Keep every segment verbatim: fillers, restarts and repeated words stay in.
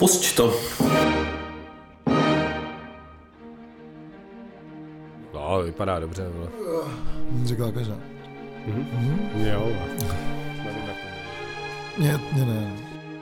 Pusť to. No, vypadá dobře. Říkala každá. Mhm. Mhm. Jo. Ne, ne, ne.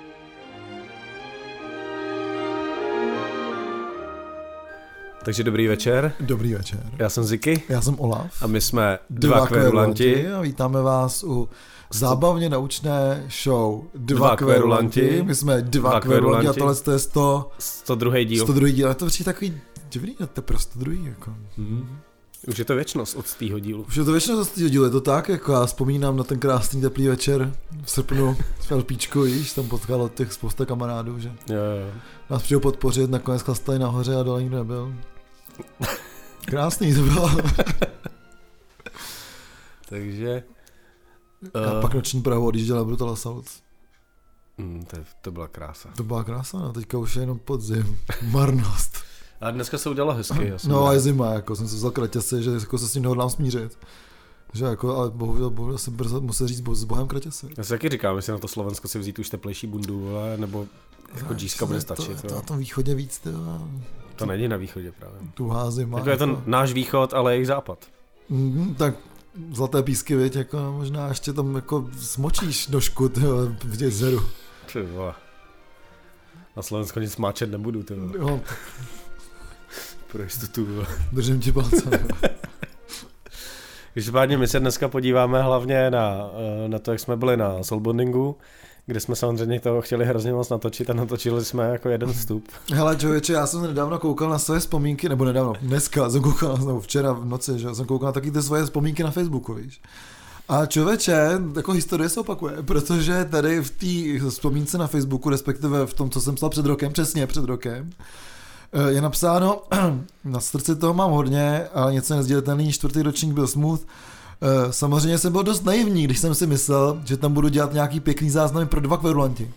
Takže dobrý večer. Dobrý večer. Já jsem Ziky. Já jsem Olaf. A my jsme dva, dva kverulanti. kverulanti. A vítáme vás u zábavně naučné show Dva, dva kverulanti. kverulanti. My jsme dva, Dva kverulanti a kverulanti. tohle to je sto... sto druhý díl. sto druhý díl. Ale to přijde takový divný, to je prostě druhý. Jako. Mhm. Už je to věčnost od stýho dílu. Už je to většinou z toho dílu, je to tak, jako já vzpomínám na ten krásný teplý večer v srpnu v Elpíčku, víš, tam potkalo těch spousta kamarádů, že Jo, jo. nás přijdou podpořit, nakonec chlastali nahoře a dole nikdo nebyl. Krásný to bylo. Takže... A Uh, pak noční Prahu odjížděla Brutal Assault. mm, to, to byla krása. To byla krása, no, teďka už je jenom podzim. Marnost. A dneska se udělalo hezky. Já jsem No rád. a je zima, jako jsem se vzal kratěsy, že jako se s tím nehodlám smířit. Že jako, ale bohužel, bohužel jsem brzo musel říct s bohem kratěsy. Já si taky říkám, jestli na to Slovensko si vzít už teplejší bundu, ale, nebo jako džíska bude stačit. To, To, to na tom východě víc, ty vole. to není na východě právě. Tuhá zima. Jako je to náš východ, ale jejich západ. Mm, tak zlaté písky, viď, jako možná ještě tam jako smočíš došku, ty vole, v jezeru. Ty vole. Na Slovensko nic máčet nebudu, ty vole. Jo, Pro jistotu, vole. držím ti palce. Každopádně my se dneska podíváme hlavně na, na to, jak jsme byli na soulbondingu, kde jsme samozřejmě toho chtěli hrozně moc natočit a natočili jsme jako jeden vstup. Hele člověče, já jsem nedávno koukal na své vzpomínky, nebo nedávno, dneska jsem koukal, nebo včera v noci, že jsem koukal na taky ty svoje vzpomínky na Facebooku, víš. A člověče, jako historie se opakuje, protože tady v té vzpomínce na Facebooku, respektive v tom, co jsem psal před rokem, přesně před rokem, je napsáno, na srdci toho mám hodně, ale něco nezdělitelný, čtvrtý ročník byl smooth. Samozřejmě jsem byl dost naivní, když jsem si myslel, že tam budu dělat nějaký pěkný záznamy pro dva kverulanti.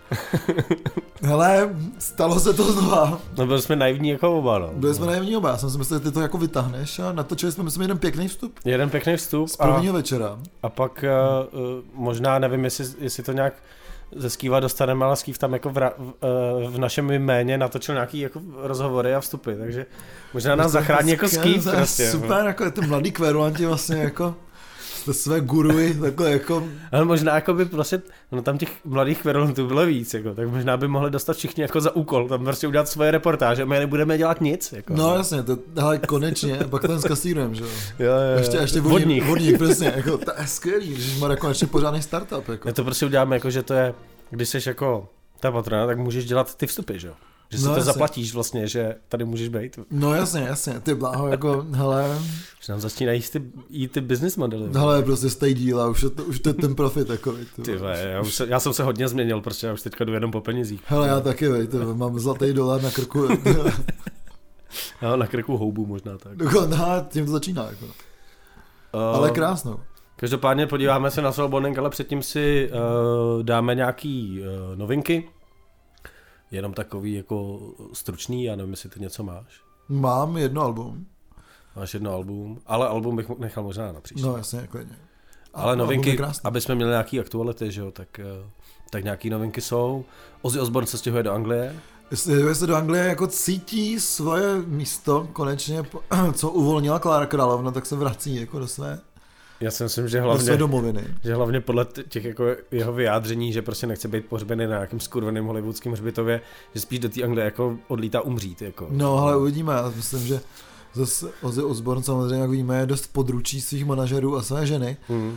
Hele, stalo se to znova. No byli jsme naivní jako oba, no. Byli jsme naivní oba, já jsem si myslel, že ty to jako vytáhneš a natočili jsme, myslím, jeden pěkný vstup. Jeden pěkný vstup Z a, prvního večera. a pak uh, uh, možná, nevím, jestli, jestli to nějak ze Skýva dostaneme, ale Skýv tam jako v, ra, v, uh, v našem jméně natočil nějaký jako rozhovory a vstupy, takže možná nás zachrání jako Skýv prostě. Super, jako ty mladý kverulanti vlastně jako jste své guruji, takhle jako... Ale možná jako by prostě, no tam těch mladých kverulantů bylo víc, jako, tak možná by mohli dostat všichni jako za úkol, tam prostě udělat svoje reportáže, my nebudeme dělat nic. Jako. No jasně, to, hele, konečně, pak ten skasírujeme, že jo. Jo, jo, Ještě, ještě vodník. vodník, vodník, přesně, jako, to je skvělý, když má konečně pořádný startup, jako. My to prostě uděláme jako, že to je, když jsi jako ta patrona, tak můžeš dělat ty vstupy, že jo. Že si No, to jasně. zaplatíš vlastně, že tady můžeš být. No jasně, jasně, ty bláho, jako, hele, Že nám začínají jít ty, jít ty business modely. hele, prostě stej díl a už je to, už to je ten profit, jako, víš, Ty ve, já, už se, já jsem se hodně změnil, prostě já už teďka jdu jenom po penězích. hele, já taky, vej, to, mám zlatý dolar na krku, Já na krku houbu možná tak. no, tím to začíná, jako, Uh, ale krásnou. Každopádně podíváme se na soulbonding, ale předtím si uh, dáme nějaký uh, novinky. Jenom takový jako stručný, já nevím, jestli ty něco máš. Mám jedno album, Máš jedno album, ale album bych nechal možná na příště. no jasně, klidně. A- ale album je novinky, krásný. aby jsme měli nějaký aktuality, že jo, tak, uh, tak nějaký novinky jsou. Ozzy Osbourne se stěhuje do Anglie. Jestli se do Anglie jako cítí svoje místo, konečně, po- co uvolnila Klára Královna, tak se vrací jako do své, Já si myslím, že do hlavně... své domoviny. Že hlavně podle těch jako jeho vyjádření, že prostě nechce být pohřbený na nějakém skurveném hollywoodském hřbitově, že spíš do té Anglie jako odlítá umřít. Jako. No, ale uvidíme, já myslím, že zase Ozzy Osbourne samozřejmě, jak víme, je dost v područí svých manažerů a své ženy. Hmm.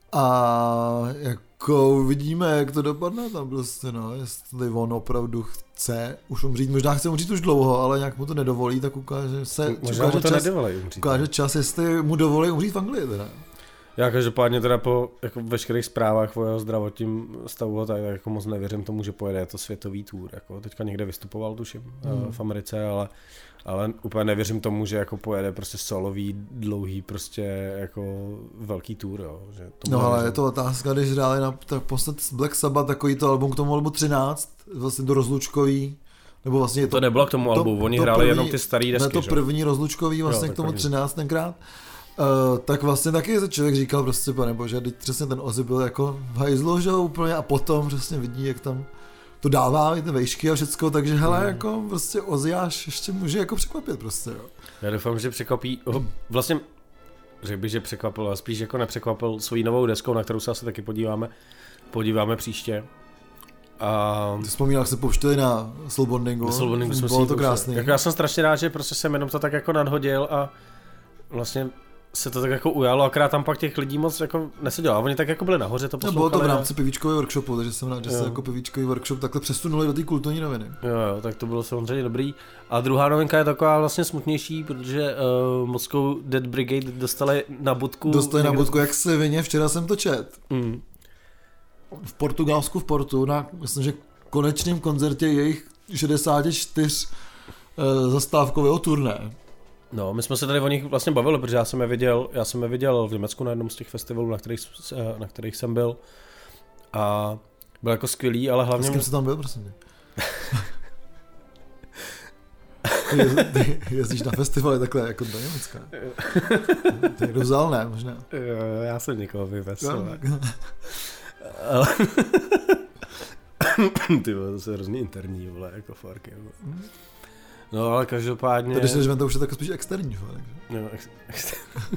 A jako uvidíme, jak to dopadne tam prostě, no, jestli on opravdu chce už umřít, možná chce umřít už dlouho, ale nějak mu to nedovolí, tak ukáže se, Možná ukáže mu to čas, nedovolí umřít. ukáže čas, jestli mu dovolí umřít v Anglii teda. Já každopádně teda po jako veškerých zprávách o jeho zdravotním stavu, tak jako moc nevěřím tomu, že pojede to světový tour. Jako teďka někde vystupoval, tuším, hmm. v Americe, ale, ale úplně nevěřím tomu, že jako pojede prostě solový, dlouhý, prostě jako velký tour. Jo. Že No ale je to otázka, když hráli na tak posled Black Sabbath takový to album k tomu albu třináct, vlastně do rozlučkový, nebo vlastně to, to nebylo k tomu albu, oni to hráli první, jenom ty starý desky. Ne, to že? první rozlučkový vlastně jo, k tomu první. třináct tenkrát. Uh, tak vlastně taky se člověk říkal prostě, pane bože, teď přesně ten Ozzy byl jako v hajzlu, že úplně, a potom přesně vidí, jak tam to dává i ty vejšky a všecko, takže hele, mm. jako prostě Oziáš ještě může jako překvapit prostě, jo. Já doufám, že překvapí, vlastně řekl bych, že překvapil, ale spíš jako nepřekvapil svojí novou deskou, na kterou se asi taky podíváme, podíváme příště. A... Ty vzpomínal, jak se pouštěli na Slowbondingu, bylo to krásný. Jako já jsem strašně rád, že prostě jsem jenom to tak jako nadhodil a vlastně se to tak jako ujalo, akorát tam pak těch lidí moc jako nesedělo. A oni tak jako byli nahoře, to poslouchali. No, bylo to v rámci pivíčkového workshopu, takže jsem rád, že jo. se jako pivíčkový workshop takhle přesunuli do té kulturní noviny. Jo, jo, tak to bylo samozřejmě dobrý. A druhá novinka je taková vlastně smutnější, protože uh, Moscow Dead Brigade dostali na budku. Dostali někdo... na budku, jak se vině, včera jsem to čet. Mm. V Portugalsku v Portu, na, myslím, že konečném koncertě jejich šedesát čtyři uh, zastávkového turné. No, my jsme se tady o nich vlastně bavili, protože já jsem je viděl, já jsem je viděl v Německu na jednom z těch festivalů, na kterých, na kterých jsem byl. A byl jako skvělý, ale hlavně... S kým jsi tam byl, prosím tě? Ty, ty jezdíš na festivaly takhle jako do Německa. Ty někdo vzal, ne? Možná. Jo, já jsem někoho vyvesel. Ale... Ty vole, to jsou hrozný interní, vole, jako farky. Vole. No, ale každopádně... To když nežme, to už je tak spíš externí, vole. No, ex- ex-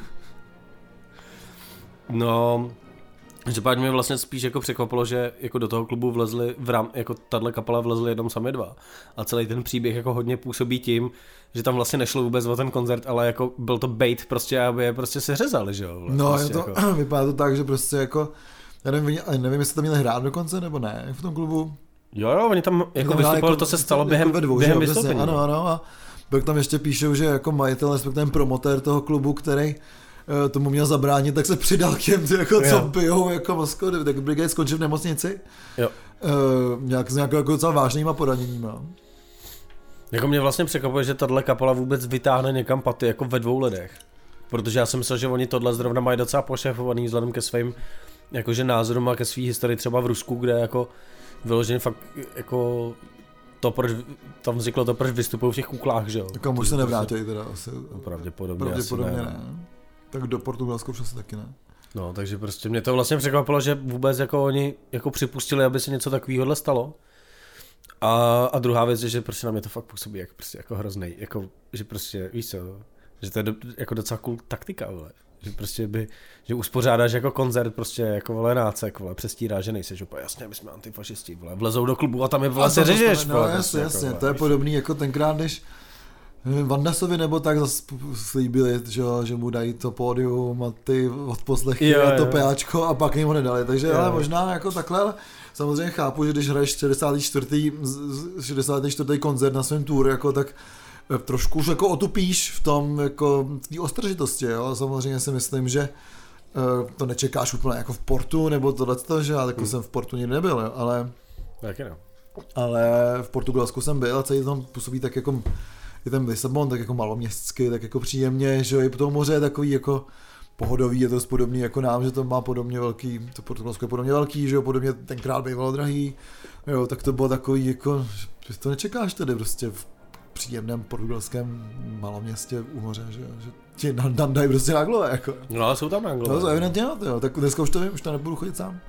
no, každopádně mě vlastně spíš jako překvapilo, že jako do toho klubu vlezli, v rám, jako tahle kapela vlezli jenom sami dva. A celý ten příběh jako hodně působí tím, že tam vlastně nešlo vůbec o ten koncert, ale jako byl to bait prostě, aby je prostě seřezali, že jo? No, prostě je to, jako... vypadá to tak, že prostě jako, já nevím, nevím, jestli tam měli hrát dokonce, nebo ne, v tom klubu. Jo, jo, oni tam jako vystupovali, to se stalo během, jako dvou, během vystoupení. Ano, ano, a pak tam ještě píšou, že jako majitel, respektive promotér toho klubu, který uh, tomu měl zabránit, tak se přidal k těm, jako, co jo. pijou, jako Moskva, tak Brigade skončil v nemocnici. Jo. Uh, nějak, s nějakou jako docela vážnýma poraněníma. Jako mě vlastně překvapuje, že tahle kapela vůbec vytáhne někam paty jako ve dvou lidech. Protože já jsem myslel, že oni tohle zrovna mají docela pošefovaný vzhledem ke svým jakože názorům a ke svý historii třeba v Rusku, kde jako vyloženě fakt jako to, proč tam vzniklo to, proč vystupují v těch kuklách, že jo. Tak a už se nevrátili teda asi. No, pravděpodobně, pravděpodobně asi ne. ne. Tak do Portugalska přesně taky ne. No, takže prostě mě to vlastně překvapilo, že vůbec jako oni jako připustili, aby se něco takového stalo. A, a druhá věc je, že prostě na mě to fakt působí jako, prostě jako hroznej, jako, že prostě, víš co, že to je do, jako docela cool taktika, vole. Že prostě by, že uspořádáš jako koncert prostě jako vole nácek, vole, přestírá, že nejseš úplně jasně, my jsme antifašisti, vole, vlezou do klubu a tam je vole se řežeš, no, jasně, prostě, jasně, jako, to je podobný jako tenkrát, když Vandasovi nebo tak zase slíbili, že, že mu dají to pódium a ty odposlechy a to péáčko a pak jim ho nedali, takže ale možná jako takhle, ale samozřejmě chápu, že když hraješ šedesát čtyři šedesát čtyři koncert na svém tour, jako tak trošku už jako otupíš v tom jako té ostržitosti, jo, samozřejmě si myslím, že uh, to nečekáš úplně jako v Portu nebo tohleto, že já taky hmm. jsem v Portu nikdy nebyl, jo, ale taky no. Ale v Portugalsku jsem byl a celý tam působí tak jako je ten Lisabon tak jako maloměstsky, tak jako příjemně, že jo, i po tom moře je takový jako pohodový, je to podobný jako nám, že to má podobně velký, to Portugalsko je podobně velký, že jo, podobně tenkrát bývalo drahý, jo, tak to bylo takový jako, že to nečekáš tedy prostě v příjemném portugalském maloměstě u moře, že, že ti tam dají prostě náglové, jako. No ale jsou tam náglové. No to evidentně, jo, tak dneska už to vím, už tam nebudu chodit sám.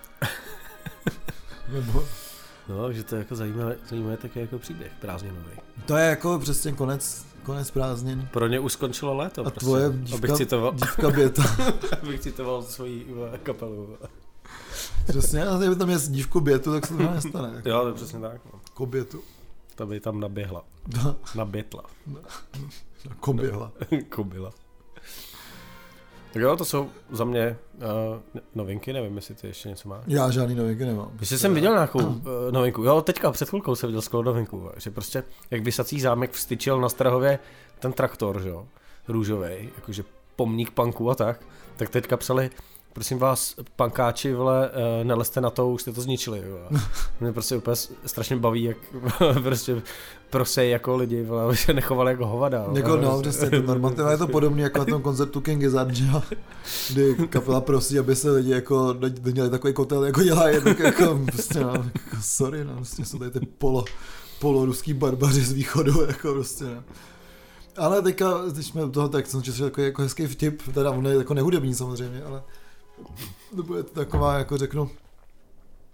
Nebo... No, že to je jako zajímavé, zajímavé taky jako příběh prázdninový. To je jako přesně konec, konec prázdnin. Pro ně už skončilo léto. A prostě. tvoje dívka, abych citoval, dívka Běta. abych citoval svoji kapelu. Přesně, a kdyby tam je dívku Bětu, tak se to nestane. Jako. Jo, to je přesně tak. No. Kobětu. Ta by tam naběhla. No. Nabětla. No. Koběhla. Kobila. Tak jo, to jsou za mě uh, novinky, nevím, jestli ty ještě něco máš. Já žádný novinky nemám. Jestli jsem viděl nějakou uh, novinku, jo, teďka před chvilkou jsem viděl skoro novinku, že prostě jak Vysací zámek vstyčil na Strahově ten traktor, že jo, růžovej, jakože pomník punků a tak, tak teďka psali, prosím vás, pankáči, vole, nelezte na to, už jste to zničili, vole. Mě prostě úplně strašně baví, jak prostě prosej jako lidi, vole, aby se nechovali jako hovada. Jako no, přesně, to normativa je to podobně jako na tom koncertu King Gizzard, že jo, kdy kapela prosí, aby se lidi jako dělali takový kotel, jako dělají, tak jako prostě, no, jako sorry, no, prostě jsou tady ty polo, poloruský barbaři z východu, jako prostě, no. Ale teďka, když jsme u toho, tak jsem četl takový jako hezký vtip, teda on je jako nehudební samozřejmě, ale to bude taková, jako řeknu,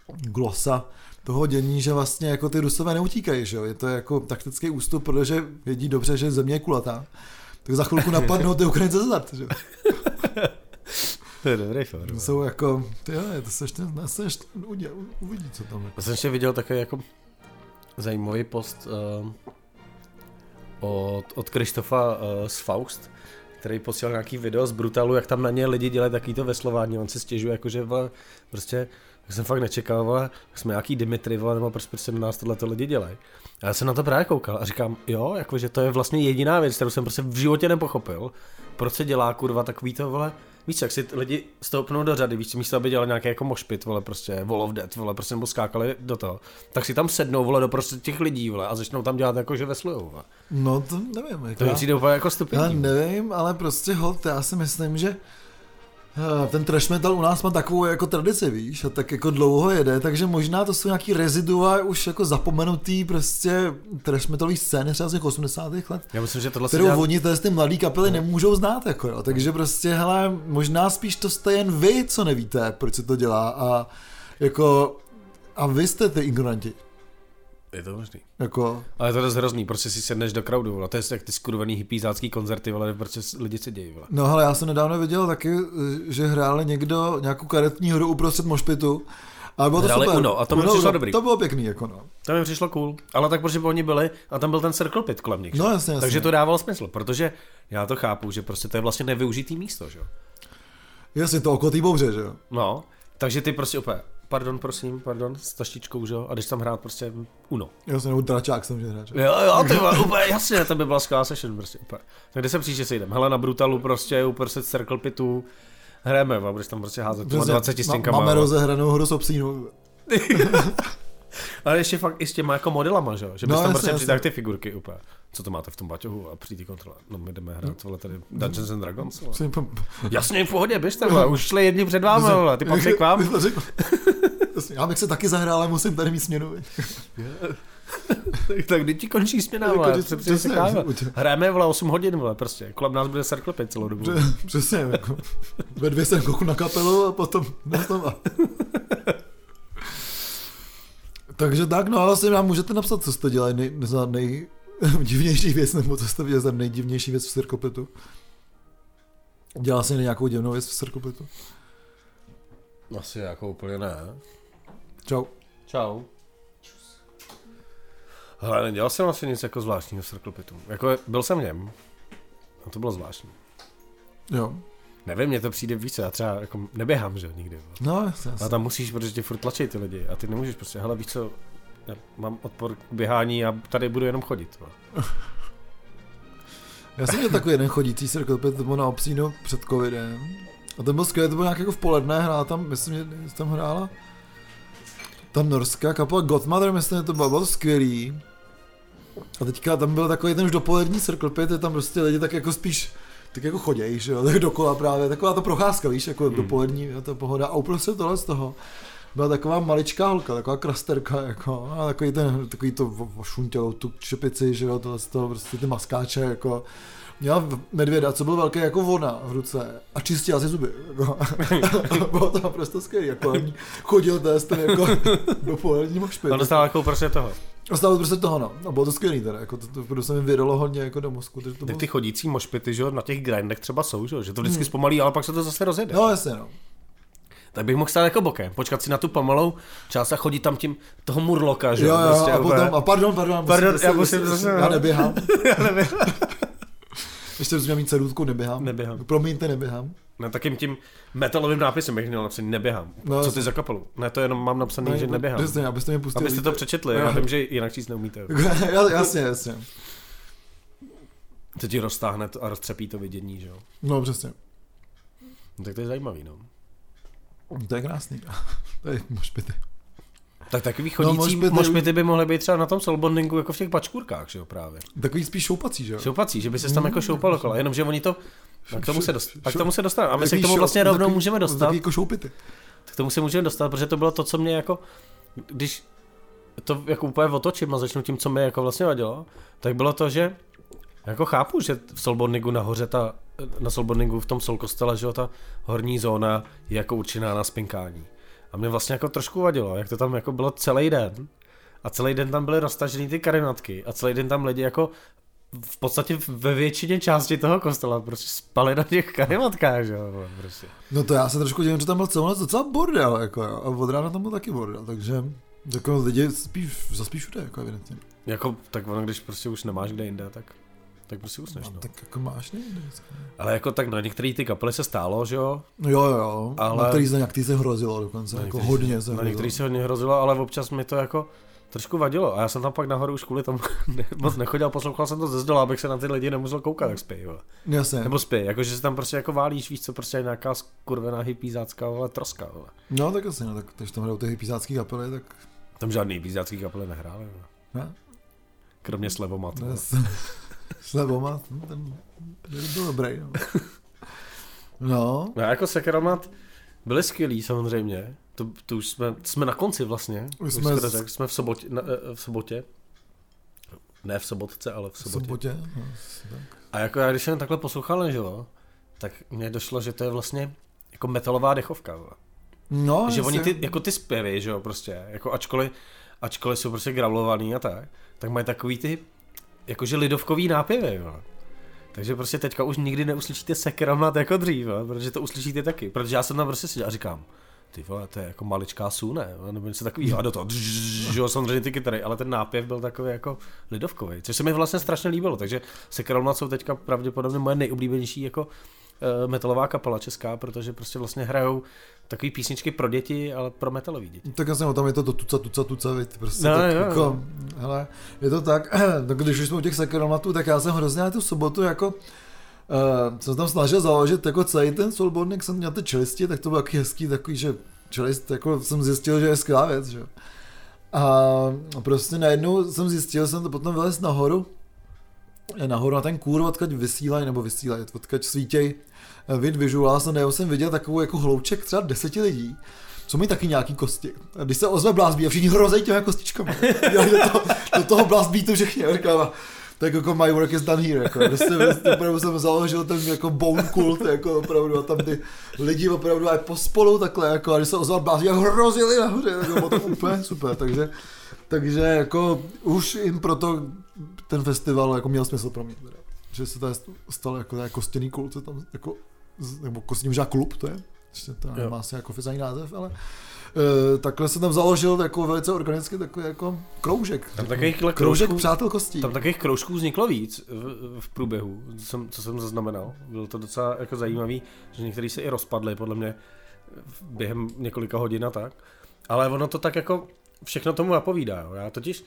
glosa toho dění, že vlastně jako ty Rusové neutíkají, že jo? Je to jako taktický ústup, protože vědí dobře, že země je kulatá. Tak za chvilku napadnou ty Ukrajince zad, že jo? To je dobrý film. To jsou jako, ty jo, to se ještě, se ještě uvidí, co tam je. Já jsem ještě viděl takový jako zajímavý post uh, od, od Krištofa uh, z Faust, který posílal nějaký video z Brutalu, jak tam na ně lidi dělají takovýto veslování. On se stěžuje, jakože vole, prostě, jak jsem fakt nečekal, vole, jsme nějaký Dimitri, vole, nebo prostě, prostě na nás tohleto lidi dělají. A já jsem na to právě koukal a říkám, jo, jakože to je vlastně jediná věc, kterou jsem prostě v životě nepochopil. Proč se dělá, kurva, takový to, vole, víš, jak si lidi stoupnou do řady, víš, místo aby dělali nějaký jako mošpit, vole, prostě Wall of Death, vole, prostě nebo skákali do toho, tak si tam sednou, vole, do prostě těch lidí, vole, a začnou tam dělat jako, že veslujou, vole. No to nevím. Jako to mi přijde úplně jako stupidní. Já nevím, ale prostě hod, já si myslím, že ten trash metal u nás má takovou jako tradici, víš, a tak jako dlouho jede, takže možná to jsou nějaký rezidua už jako zapomenutý prostě trash metalový scény třeba z těch osmdesátých let. Já myslím, že tohle kterou dělá... oni ty mladý kapely no. nemůžou znát, jako jo. Takže prostě, hele, možná spíš to jste jen vy, co nevíte, proč se to dělá a jako a vy jste ty ignoranti. Je to možný. Jako... Ale to je dost hrozný, prostě si sedneš do crowdu, vole. To je jak ty skurvený hippízácký koncerty, vole, prostě lidi se dějí, vole. No hele, já jsem nedávno viděl taky, že hráli někdo nějakou karetní hru uprostřed mošpitu. A bylo to hráli super. Uno, a to mi Uno, přišlo Uno, dobrý. To bylo pěkný, jako no. To mi přišlo cool, ale tak protože oni byli a tam byl ten circle pit kolem nich. No jasně, jasně. Takže to dávalo smysl, protože já to chápu, že prostě to je vlastně nevyužitý místo, že jo. Jasně, to oko té bouře, že jo. No, takže ty prostě opět, pardon, prosím, pardon, s taštičkou, že jo, a když tam hrát prostě Uno. Jasně, nebo dračák jsem může hrát. Jo, jo, ty vole, úplně jasně, to by byla skvělá session, prostě úplně. Tak kde se příště sejdem? Hele, na Brutalu prostě, uprostřed circle pitu, hrajeme, a budeš tam prostě házet dvaceti stěnkama. Máme rozehranou hru s obsínou. Ale ještě fakt i s těma jako modelama, že jo? Že bys no, tam jasně, prostě přidal ty jasně. figurky úplně. Co to máte v tom baťohu a přijít kontrole? No my jdeme hrát, vole, tady Dungeons and Dragons, vole. Jasně, v pohodě, běžte, vole, už šli jedni před vámi, vole, ty patří k vám. Já bych se taky zahrál, ale musím tady mít směnu. Tak kdy ti končí směna, vole, hrajeme, vole, osm hodin, vole, prostě, kolem nás bude circle pit celou dobu. Přesně, jako, ve dvě jsem kouknu na kapelu a potom znova. Takže tak, no asi nám můžete napsat, co jste dělali nej, za nejdivnější věc, nebo co jste viděli za nejdivnější věc v Cirklepitu. Dělal jsi nějakou divnou věc v Cirklepitu? Asi jako úplně ne. Čau. Čau. Hele, nedělal jsem asi nic jako zvláštního v Cirklepitu. Jako byl jsem v něm. A to bylo zvláštní. Jo. Nevím, mně to přijde víc, já třeba jako neběhám, že jo, nikdy. No, jasně, jasně. A tam musíš, protože tě furt tlačí ty lidi a ty nemůžeš prostě, hele víš co, já mám odpor k běhání a tady budu jenom chodit. Já jsem měl takový jeden chodící Circle Pit, to bylo na Obsínu před covidem. A ten byl skvělý, to bylo nějak jako v poledne, hrála tam, myslím, že tam hrála tam norská kapela Godmother, myslím, že to bylo, bylo skvělý. A teďka tam byl takový ten už dopolední Circle Pit, je tam prostě lidi tak jako spíš tak jako choděj, že jo, tak dokola právě, taková to procházka, víš, jako hmm. dopolední, ta pohoda. A uprostřed tohle z toho byla taková maličká holka, taková krasterka, jako, a takový ten, takový to ošuntělou tu čepici, že jo, tohle z toho, prostě ty maskáče, jako. Měla medvěda, co byl velký jako ona v ruce a čistila si zuby, jako. Bylo to naprosto skvělý, jako chodil ten jako dopolední mošpit. A dostal jako prostě toho. Dostal prostě toho, no. A bylo to skvělý teda, jako to, to, to se mi vydalo hodně jako do mozku. To tak bylo... ty chodící mošpity, že jo, na těch grindech třeba jsou, že jo, že to vždycky hmm. zpomalí, ale pak se to zase rozjede. No jasně, no. Tak bych mohl stát jako bokem, počkat si na tu pomalou část a chodit tam tím toho murloka, že jo. Jo, prostě, a potom, a pardon, pardon, pardon musím, já musím zase, zase, já neběhám. já neběhám. Ještě musím mít cerutku, neběhám. Neběhám. Promiňte, neběhám. Na takým tím metalovým nápisem bych měl napsaný neběhám. No, co ty za kapelu? Ne, to jenom mám napsaný, ne, že neběhám. Přesně, abyste mě pustili. Abyste to přečetli, já vím, že jinak číst neumíte. Jasně, jasně. To ti roztáhne to a roztřepí to vidění, že jo? No, přesně. No, tak to je zajímavý, no. To je krásný. To je mošpity. Tak takový chodící no, mošpity by mohly být třeba na tom soulbondingu jako v těch bačkůrkách, že jo, právě. Takový spíš šoupací, že jo? Šoupací, že by se tam jako šoupal okolo, jenomže oni to, k tomu se dostat, k tomu se dostat, a my se k tomu vlastně rovnou můžeme dostat. Takový jako šoupity. K tomu se můžeme dostat, protože to bylo to, co mě jako, když to jako úplně otočím a začnu tím, co mi jako vlastně vadilo, tak bylo to, že jako chápu, že v soulbondingu nahoře ta, na soulbondingu v tom soul kostele, že jo, ta horní zóna je jako určená na spinkání. A mě vlastně jako trošku vadilo, jak to tam jako bylo celý den. A celý den tam byly roztažený ty karimatky a celý den tam lidi jako v podstatě ve většině části toho kostela prostě spali na těch karimatkách, že jo, prostě. No to já se trošku divím, že tam byl celou noc docela bordel, jako jo, a od rána tam byl taky bordel, takže jako lidi spí, zaspí všude, jako evidentně. Jako, tak ono, když prostě už nemáš kde jinde, tak, tak prostě usneš, no. Tak jako máš nejde. Ale jako tak na některé ty kapely se stálo, že jo? Jo, jo, ale... na který se, nějaký se hrozilo dokonce, jako hodně se, se Na některý se hodně hrozilo, ale občas mi to jako trošku vadilo a já jsem tam pak nahoru už kvůli tomu moc nechodil, poslouchal jsem to ze zdola, abych se na ty lidi nemusel koukat, jak spí, jo. Jasně. Nebo spí, jakože se tam prostě jako válíš, víš co, prostě nějaká skurvená hypízácká, ale troska, ale. No tak asi, no tak když tam hrajou ty hypízácký kapely, tak... Tam žádný hypízácký kapely nehráli, jo. Ne? Kromě Slevomat. Ne, Slevomat, no, ten byl dobrý, no. No. No jako Sekeromat byli skvělí samozřejmě, to, to už jsme, jsme na konci vlastně, už jsme, z... řek, jsme v sobotě, na, v sobotě, ne v sobotce, ale v sobotě. V sobotě, no, tak. A jako já když jsem takhle poslouchal, že jo, tak mně došlo, že to je vlastně jako metalová dechovka, jo. No, že oni ty, jako ty zpěvy, že jo, prostě, jako ačkoliv, ačkoliv jsou prostě gravlovaný a tak, tak mají takový ty, jakože lidovkový nápěvy, jo. Takže prostě teďka už nikdy neuslyšíte Sekeromat jako dřív, jo, protože to uslyšíte taky, protože já jsem tam prostě seděl a říkám, ty vole, to je jako maličká sůne, nebo něco takový, a do toho, že jo, samozřejmě ty kytary, ale ten nápěv byl takový jako lidovkový, což se mi vlastně strašně líbilo, takže Sekeromat jsou teďka pravděpodobně moje nejoblíbenější jako metalová kapela česká, protože prostě vlastně hrajou takový písničky pro děti, ale pro metalový děti. Tak jasně, no, tam je to, to tuca, tuca, tuca, víc, prostě no, tak jo, jako, jo. hele, je to tak, tak když už jsme u těch Sekeromatů, tak já jsem hrozně na tu sobotu jako, uh, jsem tam snažil založit jako celý ten soulboarding, jsem měl ty čelisti, tak to bylo taky hezký, takový, že čelist, jako jsem zjistil, že je skvělá věc, že a prostě najednou jsem zjistil, jsem to potom vylez nahoru, nahoru na ten kůr, odkud vysílají, nebo vysílají, odkud svítěj vid visuál, jsem najednou jsem viděl takovou jako hlouček třeba deseti lidí, co mají taky nějaký kosti. A když se ozve blast beat a všichni hrozej těmi kostičkami. do, toho, do toho blast beatu všichni, a říkám, tak jako my work is done here, jako. Prostě, prostě opravdu jsem založil ten jako bone kult, jako opravdu, a tam ty lidi opravdu aj pospolu takhle, jako, a když se ozval blast beat, hrozili nahoře, jako, bylo to úplně super, takže takže jako už jim proto ten festival jako měl smysl pro mě, teda. Že se to stalo jako kostěný kult, tam jako, nebo kostní možná klub, to je, ještě to má asi jako oficiální název, ale e, takhle se tam založil jako velice organicky takový jako kroužek. Tam takových kroužek kroužek přátel kostí. Tam takových kroužků vzniklo víc v, v průběhu, co jsem, co jsem zaznamenal. Bylo to docela jako zajímavý, že některý se i rozpadli podle mě během několika hodin a tak. Ale ono to tak jako všechno tomu napovídá. Jo. Já totiž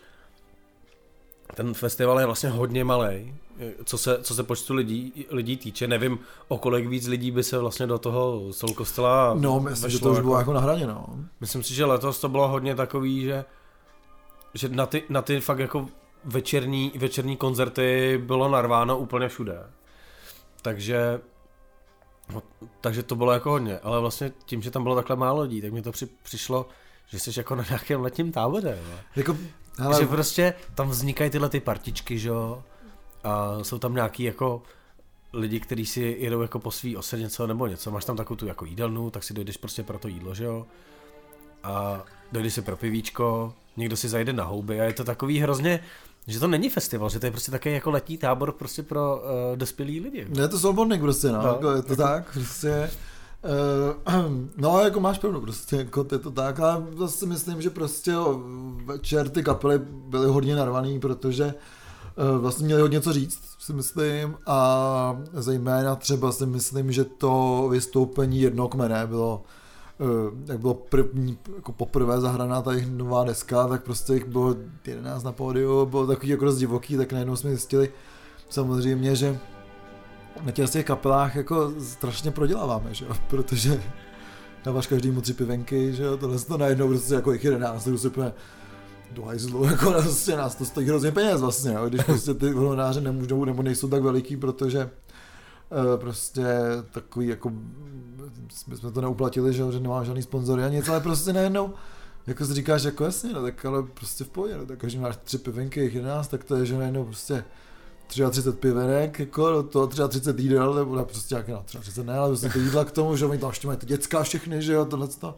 ten festival je vlastně hodně malej, co se, co se počtu lidí, lidí týče. Nevím, o kolik víc lidí by se vlastně do toho Soul kostela No, myslím, že to už bylo jako na hraně, no. Myslím si, že letos to bylo hodně takový, že, že na, ty, na ty fakt jako večerní, večerní koncerty bylo narváno úplně všude. Takže no, takže to bylo jako hodně, ale vlastně tím, že tam bylo takhle málo lidí, tak mi to při, přišlo, že jsi jako na nějakém letním táboře. Jako, hele... Že prostě tam vznikají tyhle ty partičky, že jo, a jsou tam nějaký jako lidi, kteří si jedou jako po svý ose něco nebo něco, máš tam takovou tu jako jídelnu, tak si dojdeš prostě pro to jídlo, že jo, a dojdeš si pro pivíčko, někdo si zajde na houby a je to takový hrozně, že to není festival, že to je prostě takový jako letní tábor prostě pro uh, dospělý lidi. Je to soulboarding prostě, no, no jako je to jako... tak, prostě, uh, no jako máš pravdu, prostě, jako je to tak, ale zase myslím, že prostě jo, večer ty kapely byly hodně narvaný, protože uh, vlastně měli hodně co říct, si myslím, a zejména třeba si myslím, že to vystoupení Jednokmene bylo jak bylo první, jako poprvé zahraná ta jich nová deska, tak prostě jich bylo jedenáct na pódiu, bylo takový jako dost divoký, tak najednou jsme zjistili samozřejmě, že na těch, těch kapelách jako strašně proděláváme, že jo, protože dáváš každému tři pivenky, že jo, tohle to najednou prostě jako jich jedenáct, tak se úplně do hajzlu, jako prostě nás to stojí hrozně peněz vlastně, jo, když prostě ty honoráře nemůžou nebo nejsou tak veliký, protože prostě takový jako my jsme to neuplatili, že, že nemá žádný sponzory a nic, ale prostě najednou jako si říkáš jako jasně, no tak ale prostě v pohodě, no tak každý máš tři pivenky, jich jedenáct, tak to je, že najednou prostě třicet tři pivenek, jako to třicet tři jídel, nebo prostě nějaké, no třicet tři ne, ale prostě to jídla k tomu, že oni tam ještě mají ty děcka všechny, že jo, tohleto.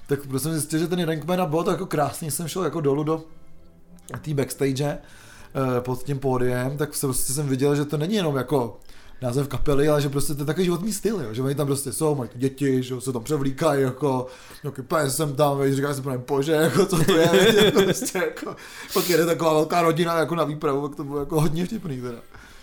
tak prostě jsem zjistil, že ten jeden kmen bylo to jako krásný, jsem šel jako dolů do té backstage pod tím pódiem, tak se prostě jsem viděl, že to není jenom jako název kapely, ale že prostě to je takový životní styl, jo? Že oni tam prostě jsou, mají děti, že se tam převlíkají, jako nějaký pes jsem tam, víš, říká si, bože, jako co to je, jako, prostě, jako, pak jede taková velká rodina jako na výpravu, tak to bylo jako hodně vtipný teda.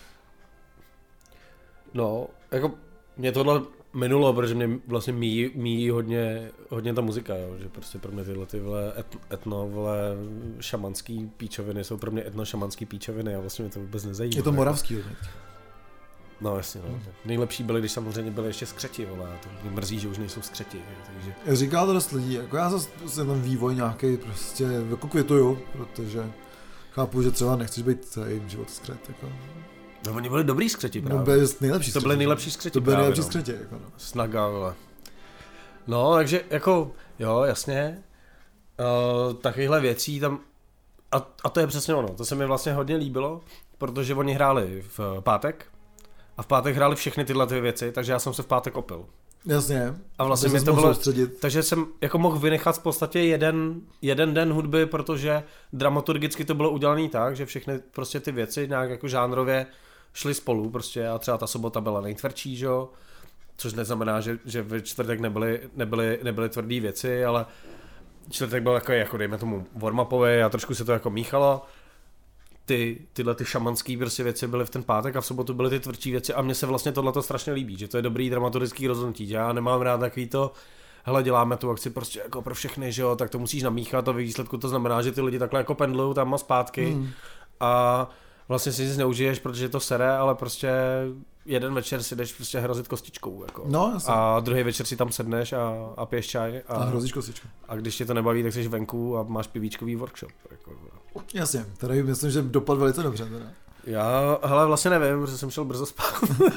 No, jako mě tohle minulo, protože mě vlastně míjí, míjí hodně, hodně ta muzika, jo? Že prostě pro mě tyhle ty vle et, etno, vle šamanský píčoviny jsou pro mě etno-šamanský píčoviny a vlastně mě to vůbec nezajímá. Je to moravský hodně. No jasně, no. Hmm. Nejlepší byly, když samozřejmě byly ještě skřeti, vole, to mě mrzí, že už nejsou skřeti, takže... Říká to dost lidí, jako já zase ten vývoj nějaký prostě jako kvituju, protože chápu, že třeba nechceš být celý život skřet, jako... No oni byli dobrý skřeti právě. No byli nejlepší skřeti. To byly nejlepší skřeti To byly právě, nejlepší no. skřeti, jako no. Snaga, vole. No, takže jako, jo, jasně, uh, takovýchhle věcí tam, a, a to je přesně ono, to se mi vlastně hodně líbilo, protože oni hráli v pátek, a v pátek hráli všechny tyhle ty věci, takže já jsem se v pátek opil. Jasně. A vlastně mi to bylo, takže jsem jako mohl vynechat v podstatě jeden, jeden den hudby, protože dramaturgicky to bylo udělané tak, že všechny prostě ty věci nějak jako žánrově šly spolu prostě a třeba ta sobota byla nejtvrdší, že jo, což neznamená, že, že v čtvrtek nebyly, nebyly, nebyly tvrdý věci, ale čtvrtek byl jako, jako dejme tomu warm-upový a trošku se to jako míchalo. Ty, tyhle ty šamanský prostě věci byly v ten pátek a v sobotu byly ty tvrdší věci a mně se vlastně tohleto strašně líbí, že to je dobrý dramaturgický rozhodnutí. Já nemám rád takový to, hele, děláme tu akci prostě jako pro všechny, že jo, tak to musíš namíchat a ve výsledku to znamená, že ty lidi takhle jako pendlují tam a zpátky hmm. a vlastně si nic neužiješ, protože to sere, ale prostě jeden večer si jdeš prostě hrozit kostičkou, jako. No, a druhý večer si tam sedneš a, a piješ čaj a, a hrozíš kostičku. A když tě to nebaví, tak jsi venku a máš pivíčkový workshop, jako. Jasně, tady myslím, že dopad velice dobře teda. Já, hele, vlastně nevím, protože jsem šel brzo spát.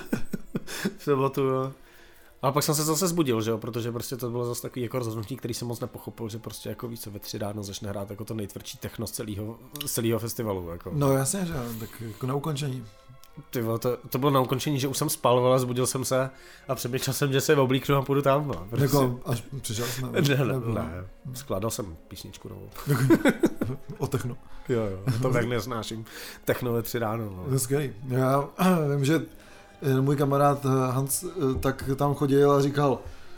V sobotu, jo. Ale pak jsem se zase zbudil, že jo, protože prostě to bylo zase takový jako rozhodnutí, který jsem moc nepochopil, že prostě jako víc ve tři ráno začne hrát jako to nejtvrdší techno z celého, z celého festivalu, jako. No jasně, že jo, tak jako na ukončení. Ty vole, to, to bylo na ukončení, že už jsem spal, ale zbudil jsem se a přemýšlel jsem, že se oblíknu a půjdu tam. No, prostě. Jako až přišel jsem? Ne, ne, ne, ne, skládal jsem písničku novou. O techno. Jo, jo, to tak nesnáším. Techno ve tři ráno. No. To je skvělý. Já vím, že můj kamarád Hans tak tam chodil a říkal,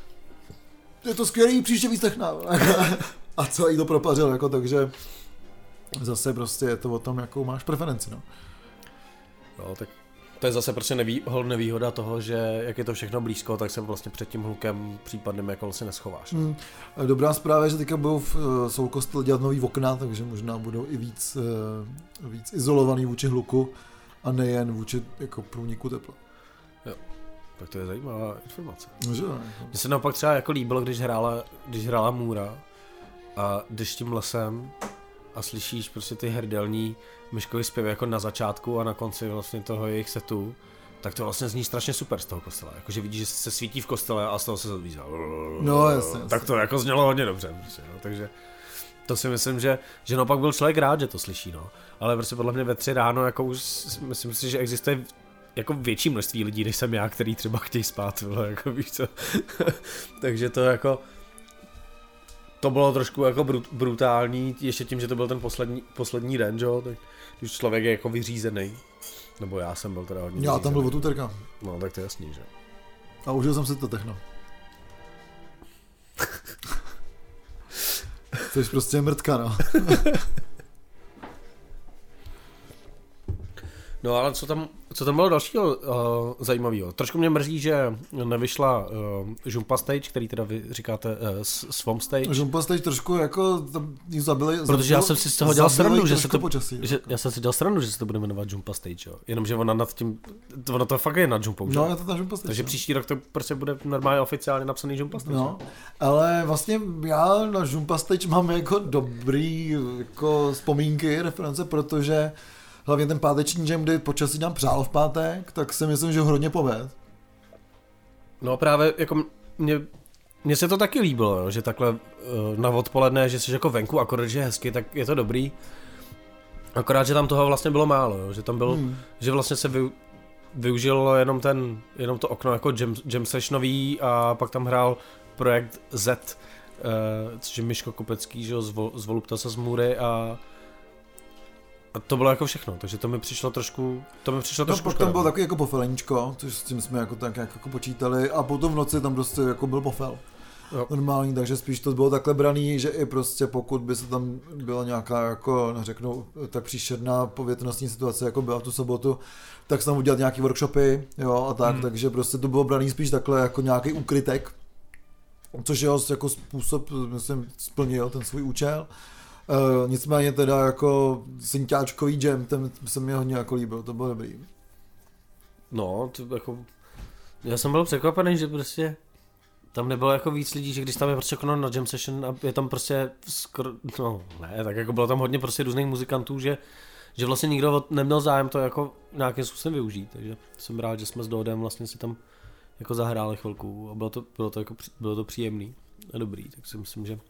je to skvělý, příště víc techna. A celý to propařil, jako, takže zase prostě je to o tom, jakou máš preferenci. No. Jo, tak to je zase prostě neví, nevýhoda toho, že jak je to všechno blízko, tak se vlastně před tím hlukem případným jako vlastně neschováš. Hmm. Dobrá zpráva je, že teďka budou v Soulkostel dělat nový okna, takže možná budou i víc, víc izolovaný vůči hluku a nejen vůči jako průniku tepla. Jo, tak to je zajímavá informace. Může, mně se naopak třeba jako líbilo, když hrála, když hrála Můra a jdeš tím lesem a slyšíš prostě ty hrdelní myškový zpěvy jako na začátku a na konci vlastně toho jejich setu, tak to vlastně zní strašně super z toho kostela. Jakože vidíš, že se svítí v kostele a z toho se zvízá. No jasně. Tak to jako znělo hodně dobře. Prostě, no. Takže to si myslím, že, že naopak byl člověk rád, že to slyší. No. Ale prostě podle mě ve tři ráno jako už myslím si, že existuje jako větší množství lidí, než jsem já, který třeba chtějí spát. Vole, jako víš co. Takže to jako to bylo trošku jako brut, brutální, ještě tím, že to byl ten poslední, poslední den, jo, tak když člověk je jako vyřízený, nebo já jsem byl teda hodně vyřízený. Já tam byl od úterka. No, tak to je jasný, že? A užil jsem si to techno. To je prostě mrtka, no. No ale co tam, co tam bylo dalšího uh, zajímavého? Trošku mě mrzí, že nevyšla uh, Jumpa Stage, který teda vy říkáte uh, Swamp Stage. Jumpa Stage trošku jako tam jí zabili. Protože zabili, já jsem si z toho dělal srandu, že se to, počasí, že, já jsem si dělal srandu, že se to bude jmenovat Jumpa Stage, jo. Jenomže ona nad tím, ona to fakt je nad Jumpou, no, je to ta Jumpa Stage. Takže no. Příští rok to prostě bude normálně oficiálně napsaný Jumpa Stage. No, ale vlastně já na Jumpa Stage mám jako dobrý jako vzpomínky, reference, protože hlavně ten páteční jam, kdy počasí nám přálo v pátek, tak si myslím, že ho hodně poved. No právě jako mě, mně se to taky líbilo, jo, že takhle na odpoledne, že jsi jako venku, akorát, že je hezky, tak je to dobrý. Akorát, že tam toho vlastně bylo málo, jo, že tam byl, hmm. že vlastně se vy, využilo jenom ten, jenom to okno jako jam, jam sessionový a pak tam hrál projekt Z uh, což je Miško Kopecký, že jo, z, Vol, z Voluptasa z Můry a A to bylo jako všechno, takže to mi přišlo trošku, to mi přišlo no, trošku škoda. Tam bylo takový jako pofeleníčko, což s tím jsme jako tak jako počítali a potom v noci tam prostě jako byl pofel. Jo. Normální, takže spíš to bylo takhle braný, že i prostě pokud by se tam byla nějaká jako, neřeknu, tak příšerná povětrnostní situace, jako byla v tu sobotu, tak se tam udělat nějaký workshopy, jo, a tak, hmm. takže prostě to bylo braný spíš takhle jako nějaký úkrytek, což jeho jako způsob, myslím, splnil ten svůj účel. Uh, nicméně teda jako synťáčkový jam, ten se mi hodně jako líbil, to bylo dobrý. No, to jako, já jsem byl překvapený, že prostě tam nebylo jako víc lidí, že když tam je prostě konal na jam session a je tam prostě skoro, no ne, tak jako bylo tam hodně prostě různých muzikantů, že, že vlastně nikdo neměl zájem to jako nějakým způsobem využít, takže jsem rád, že jsme s Dodem vlastně si tam jako zahráli chvilku a bylo to, bylo to, jako, bylo to příjemný a dobrý, tak si myslím, že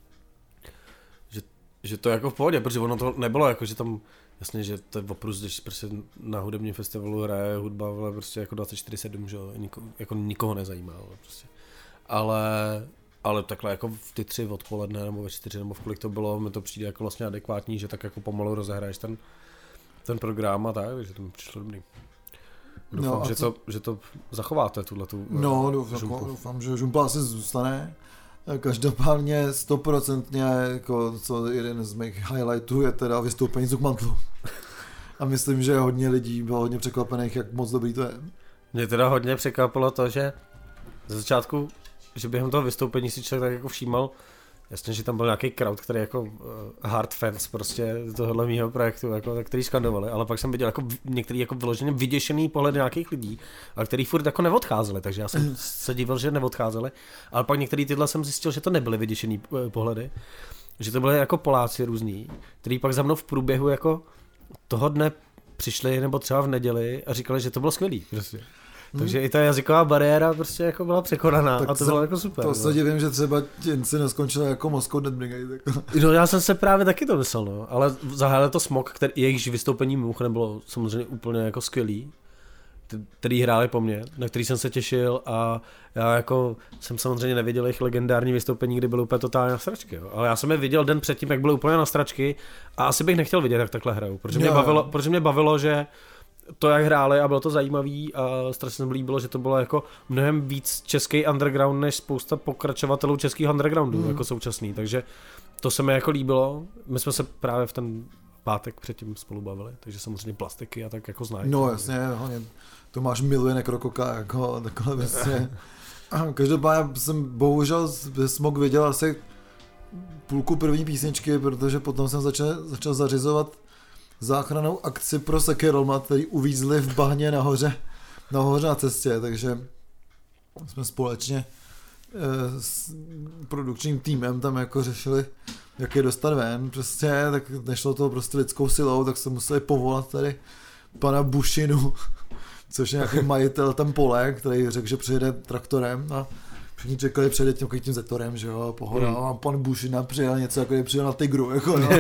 že to je jako v pohodě, protože ono to nebylo jako, že tam, jasně, že to je oprus, když prostě na hudebním festivalu hraje hudba, ale prostě jako dvacet čtyři sedm, že niko, jako nikoho nezajímá, ale prostě. Ale, ale takhle jako v ty tři odpoledne nebo ve čtyři nebo v kolik to bylo, mi to přijde jako vlastně adekvátní, že tak jako pomalu rozehraješ ten, ten program a tak, takže to mi přišlo dobrý. Doufám, no že, to, že to zachováte, tuhletu No, doufám, doufám, že žumpa asi zůstane. Každopádně stoprocentně, jako co jeden z mých highlightů je teda vystoupení Zukmantlu. A myslím, že hodně lidí bylo hodně překvapených, jak moc dobrý to je. Mě teda hodně překvapilo to, že ze začátku, že během toho vystoupení si člověk tak jako všímal, jasně, že tam byl nějaký crowd, který jako uh, hard fans prostě tohohle mýho projektu, jako, který skandovali, ale pak jsem viděl jako některý jako vyloženě vyděšený pohled nějakých lidí, ale který furt jako neodcházeli, takže já jsem se divil, že neodcházeli, ale pak některý tyhle jsem zjistil, že to nebyly vyděšený uh, pohledy, že to byly jako Poláci různí, který pak za mnou v průběhu jako toho dne přišli nebo třeba v neděli a říkali, že to bylo skvělý prostě. Takže hmm. i ta jazyková bariéra prostě jako byla překonaná tak a to bylo jako super. To se divím, že třeba si neskončil jako Moscow Dead Brigade. No já jsem se právě taky to myslel, no, ale zahájil to Smog, který jejichž vystoupení mimochodem bylo samozřejmě úplně jako skvělý, který hráli po mně, na který jsem se těšil a já jako jsem samozřejmě neviděl jejich legendární vystoupení, kdy byly úplně totálně na stračky, jo. Ale já jsem je viděl den předtím, jak byly úplně na stračky a asi bych nechtěl vidět, jak takhle hrajou, protože mě, bavilo, protože mě bavilo, že to, jak hráli a bylo to zajímavý a strašně se mi líbilo, že to bylo jako mnohem víc český underground než spousta pokračovatelů českých undergroundů mm. jako současný, takže to se mi jako líbilo. My jsme se právě v ten pátek předtím spolu bavili, takže samozřejmě Plastiky a tak jako znají. No jasně, Tomáš miluje Nekrokoka, jako takhle vlastně. Každopádně jsem bohužel Smog viděl asi půlku první písničky, protože potom jsem začal, začal zařizovat záchrannou akci pro Sekirolma, který uvízli v bahně nahoře, nahoře na cestě, takže jsme společně e, s produkčním týmem tam jako řešili, jak je dostat ven, prostě, tak nešlo to prostě lidskou silou, tak se museli povolat tady pana Bušinu, což je nějaký majitel tam pole, který řekl, že přijede traktorem a všichni čekali přijede tím, tím zetorem, že jo, pohoda, hmm. a pan Bušina přijel něco, jako je přijel na Tigru, jako no.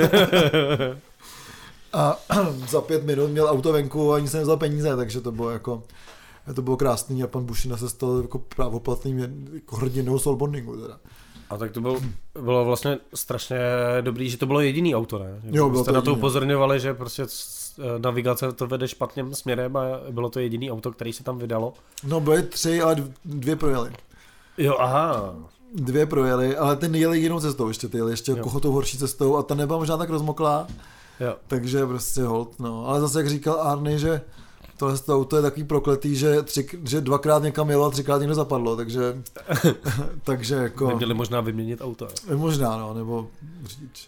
A za pět minut měl auto venku a ani se nevzal peníze, takže to bylo jako, to bylo krásný a pan Bušina se stal jako právoplatným jako hrdinou soulbondingu teda. A tak to bylo, bylo vlastně strašně dobrý, že to bylo jediný auto, ne? Jo, bylo jste to na to jediný. upozorňovali, že prostě navigace to vede špatným směrem a bylo to jediný auto, který se tam vydalo. No byly tři, ale dvě projeli. Jo, aha. Dvě projeli, ale ty nejeli jinou cestou ještě, ty jeli ještě jo. kohotou horší cestou a ta nebyla možná tak rozmoklá. Jo. Takže prostě hold, no. Ale zase jak říkal Arny, že tohle auto je takový prokletý, že, tři, že dvakrát někam jelo a třikrát někdo zapadlo, takže takže jako... Neměli možná vyměnit auto. Možná, no, nebo řidič.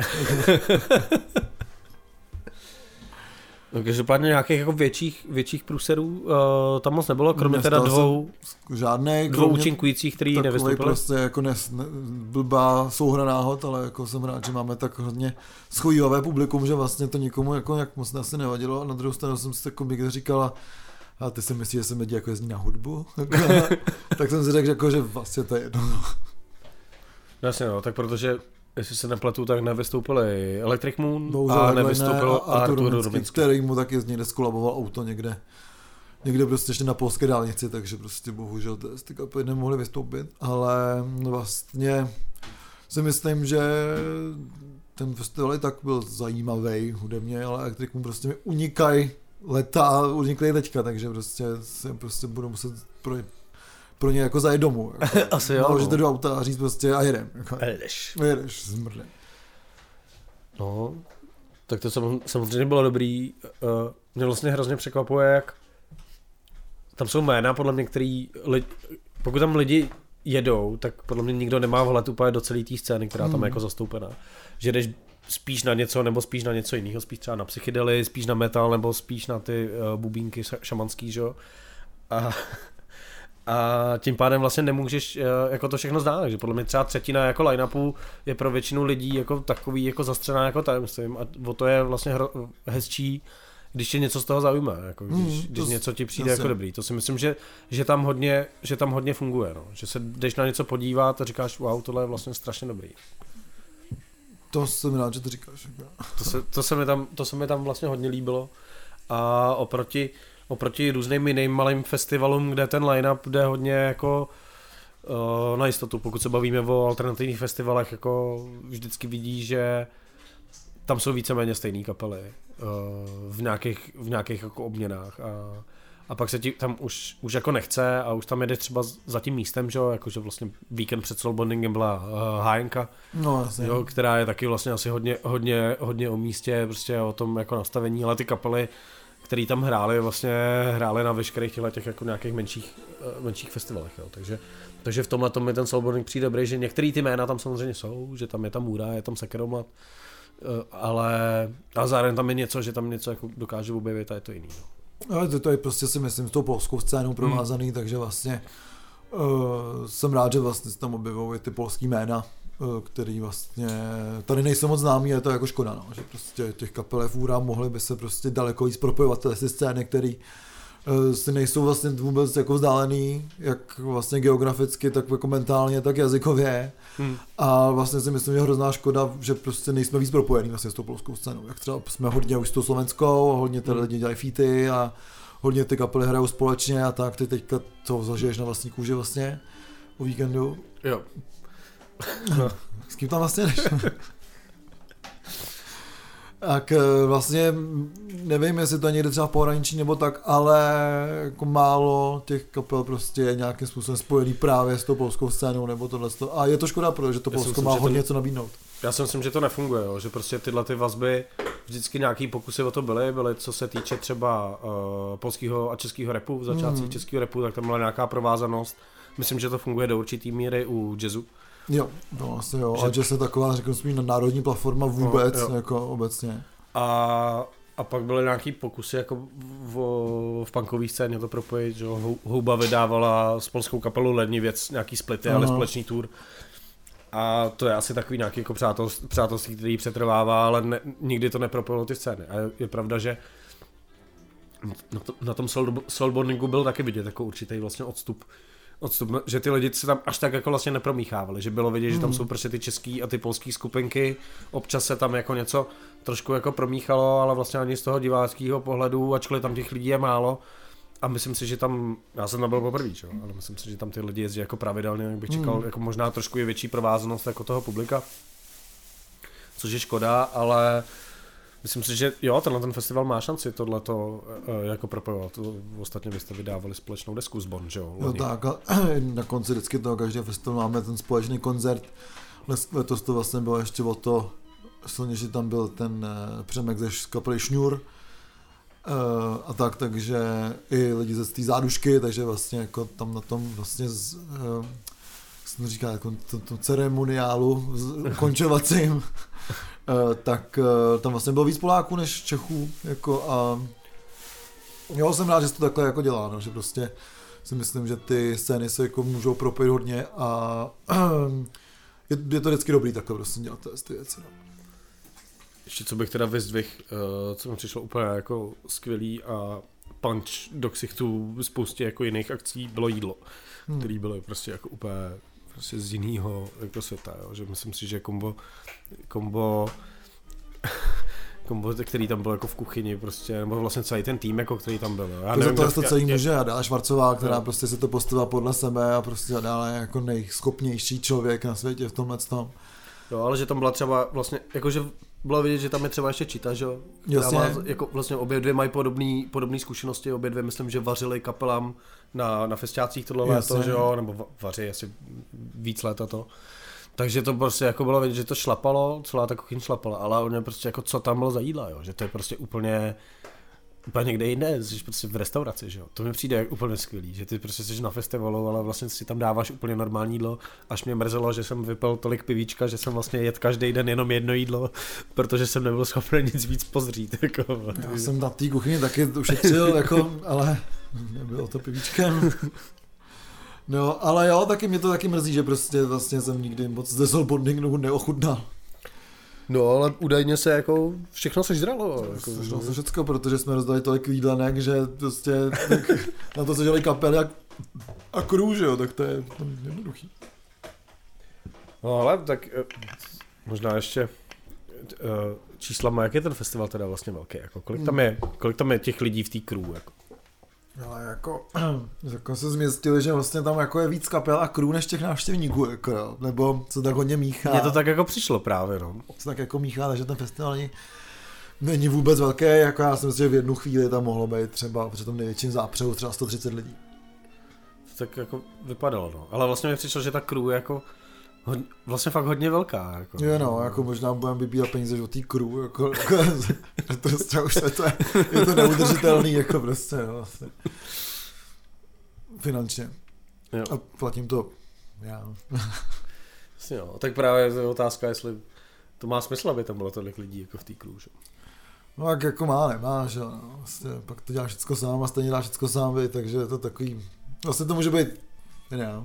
No, každopádně nějakých jako větších, větších průserů uh, tam moc nebylo, kromě Nestal teda dvou, žádnej, dvou účinkujících, který nevystoupili. Prostě jako ne, ne, blbá souhra náhod, ale jako jsem rád, že máme tak hodně schojívavé publikum, že vlastně to nikomu jako jak moc asi nevadilo. A na druhou stranu jsem si jako někde říkala, a ty si myslíš, že se lidi jako jezdí na hudbu? Tak jsem si řekl, jako, že vlastně to je jedno. Jasně no, tak protože jestli se nepletu, tak nevystoupili Electric Moon Bohužel a nevystoupil a Artur Ruminský, který mu taky někde skolaboval auto někde. Někde prostě ještě na polské dálnici, takže prostě bohužel ty kapely nemohli vystoupit, ale vlastně si myslím, že ten festival tak byl zajímavý hudebně, ale elektrikum prostě mi unikají leta a unikají teďka, takže prostě se prostě budu muset pro, pro ně jako zajet domů. Jako, asi jo. Naložit do auta a říct prostě a jedem. Jako, a jedeš. A jedeš, zmrdne. No, tak to samozřejmě bylo dobrý. Mě vlastně hrozně překvapuje, jak tam jsou jména, podle mě, který lidi, pokud tam lidi jedou, tak podle mě nikdo nemá vhled úplně do celé té scény, která tam hmm. je jako zastoupená. Že jdeš spíš na něco, nebo spíš na něco jiného, spíš třeba na psychedely, spíš na metal, nebo spíš na ty uh, bubínky šamanský, že jo. A, a tím pádem vlastně nemůžeš uh, jako to všechno znát, takže podle mě třeba třetina jako line-upu je pro většinu lidí jako takový jako zastřená jako tajemstvím a o to je vlastně hro, hezčí, když tě něco z toho zaujme, jako když, mm, když něco ti přijde jako dobrý. To si myslím, že, že, tam hodně, že tam hodně funguje, no. Že se jdeš na něco podívat a říkáš, wow, tohle je vlastně strašně dobrý. To jsem rád, že to říkáš. To se, to, se mi tam, to se mi tam vlastně hodně líbilo a oproti, oproti různým jiným malým festivalům, kde ten line-up jde hodně jako uh, na jistotu. Pokud se bavíme o alternativních festivalech, jako vždycky vidí, že tam jsou víceméně stejné kapely uh, v nějakých, v nějakých jako obměnách a, a pak se ti tam už, už jako nechce a už tam jedeš třeba za tím místem, že jo, jakože vlastně víkend před Soulbondingem byla uh, Hájenka, no, jo, která je taky vlastně asi hodně, hodně, hodně o místě, prostě o tom jako nastavení, ale ty kapely, které tam hrály, vlastně hrály na veškerých těchto těch jako nějakých menších, uh, menších festivalech, jo, takže, takže v tomhle tom mi ten Soulbonding přijde dobrý, že některé ty jména tam samozřejmě jsou, že tam je tam Můra, je tam Sekeromat, ale, ale zároveň tam je něco, že tam něco jako dokáže objevit a je to jiný. No. Ale to, to je prostě si myslím s tou polskou scénou provázaný, hmm. takže vlastně uh, jsem rád, že vlastně se tam objevují ty polský jména, uh, který vlastně tady nejsou moc známý, je to jako škoda, no, že prostě těch kapel fůra mohly by se prostě daleko víc propojovat ty scény, který uh, si nejsou vlastně vůbec jako vzdálený, jak vlastně geograficky, tak jako mentálně, tak jazykově. Hmm. A vlastně si myslím, že je hrozná škoda, že prostě nejsme víc propojení vlastně s tou polskou scénou. Jak třeba jsme hodně už s tou slovenskou, hodně tady lidi dělají featy a hodně ty kapely hrajou společně a tak, ty teďka to zažiješ na vlastní kůži vlastně o víkendu. Jo. No. S kým tam vlastně jdeš? Tak vlastně nevím, jestli to je někde třeba v pohraničí nebo tak, ale jako málo těch kapel prostě je nějakým způsobem spojený právě s tou polskou scénou nebo tohle. A je to škoda, protože to Polsko má hodně co nabídnout. Já si myslím, že to nefunguje, jo, že prostě tyhle ty vazby, vždycky nějaký pokusy o to byly, byly co se týče třeba uh, polského a českého rapu, v začátcích mm. českého rapu, tak tam byla nějaká provázanost. Myslím, že to funguje do určitý míry u jazzu. Jo, no asi jo, že... a jazz je taková, řeknu si, národní platforma vůbec, no, jako obecně. A, a pak byly nějaký pokusy jako v, v punkové scéně to propojit, že Houba vydávala s polskou kapelou Lední věc, nějaký splity, uh-huh. ale společný tour. A to je asi takový nějaký jako přátelství, přátelství který přetrvává, ale ne, nikdy to nepropojilo ty scény. A je, je pravda, že na, to, na tom Soulbondingu byl taky vidět jako určitý vlastně odstup. Odstup, že ty lidi se tam až tak jako vlastně nepromíchávali, že bylo vidět, mm. že tam jsou prostě ty český a ty polský skupinky, občas se tam jako něco trošku jako promíchalo, ale vlastně ani z toho diváckého pohledu, ačkoliv tam těch lidí je málo a myslím si, že tam, já jsem tam byl poprvé, čo? Ale myslím si, že tam ty lidi jezdí jako pravidelně, jak bych čekal, mm. jako možná trošku je větší provázanost jako toho publika, což je škoda, ale myslím si, že jo, tenhle ten festival má šanci tohleto uh, jako propojovat. Ostatně vy jste vydávali společnou desku s Bon, že jo? Jo tak a na konci vždycky toho každého festivalu máme ten společný koncert. Letos to vlastně bylo ještě o to silně, že tam byl ten uh, Přemek ze kapely Šňůr uh, a tak, takže i lidi ze té zádušky, takže vlastně jako tam na tom vlastně z, uh, jsem říká, jako to, to ceremoniálu ukončovacím, uh, tak uh, tam vlastně bylo víc Poláků než Čechů, jako a jo, jsem rád, že se to takhle jako dělá, no, že prostě si myslím, že ty scény se jako můžou propojit hodně a uh, je, je to vždycky dobrý takhle prostě dělat ty věci, no. Ještě co bych teda vyzdvih, uh, co mi přišlo úplně jako skvělý a punch do ksichtů spoustě jako jiných akcí bylo jídlo, hmm. který bylo prostě jako úplně prostě z jiného jako světa, jo? Že myslím si, že kombo, kombo, kombo, který tam byl jako v kuchyni prostě, nebo vlastně celý ten tým, jako který tam byl. Já to nevím, to celý může Adela Švarcová, která no. prostě se to postavila podle sebe a prostě Adela je jako nejschopnější člověk na světě v tomhle tom. Jo, ale že tam byla třeba vlastně, jakože bylo vidět, že tam je třeba ještě Čita, že jo? Jasně. Má, jako vlastně obě dvě mají podobný, podobný zkušenosti, obě dvě myslím, že vařili kapelám na, na festiácích tohle léto, že jo, nebo vaří asi víc let a to. Takže to prostě jako bylo vidět, že to šlapalo, celá ta kuchyň šlapala, ale on prostě jako co tam bylo za jídla, jo, že to je prostě úplně úplně někde jinde, jsi prostě v restauraci, že jo. To mi přijde jak úplně skvělý, že ty prostě jsi na festivalu, ale vlastně si tam dáváš úplně normální jídlo, až mě mrzelo, že jsem vypil tolik pivíčka, že jsem vlastně jet každý den jenom jedno jídlo, protože jsem nebyl schopný nic víc pozřít. Jako. Já jsem na té kuchyni taky ušetřil, jako, ale nebylo to pivíčkem. No, ale jo, taky mě to taky mrzí, že prostě vlastně jsem nikdy moc ze Solbondingu neochutnal. No, ale údajně se jako všechno sežralo. Jako, sežralo se všecko, protože jsme rozdali tolik jídlenek, že prostě tak, na to se dělali kapely a, a krů, že jo, tak to je jednoduchý. No ale tak možná ještě číslama, jak je ten festival teda vlastně velký, jako kolik tam je, kolik tam je těch lidí v té crew, jako. Ale jako, jako se změstili, že vlastně tam jako je víc kapel a crew než těch návštěvníků, jako, nebo se tak hodně míchá. Mně to tak jako přišlo právě, no. Se tak jako míchá, takže ten festival není, není vůbec velký, jako já si myslím, že v jednu chvíli tam mohlo být třeba při tom největším zápřehu třeba sto třicet lidí. Tak jako vypadalo, no. Ale vlastně mi přišlo, že ta crew je jako hodně, vlastně fakt hodně velká. Jako. Jo no, jako možná budeme vybírat peníze od té crew, jako, jako to prostě už je to, je to neudržitelný, jako prostě, no, vlastně. Finančně. Jo. A platím to já. Jasně, no. Tak právě je otázka, jestli to má smysl, aby tam bylo tolik lidí jako v té crew, že? No tak jako má, nemá, že no, vlastně, pak to děláš všecko sám a stejně dáš všecko sám, vy, takže je to takový, vlastně to může být, ne,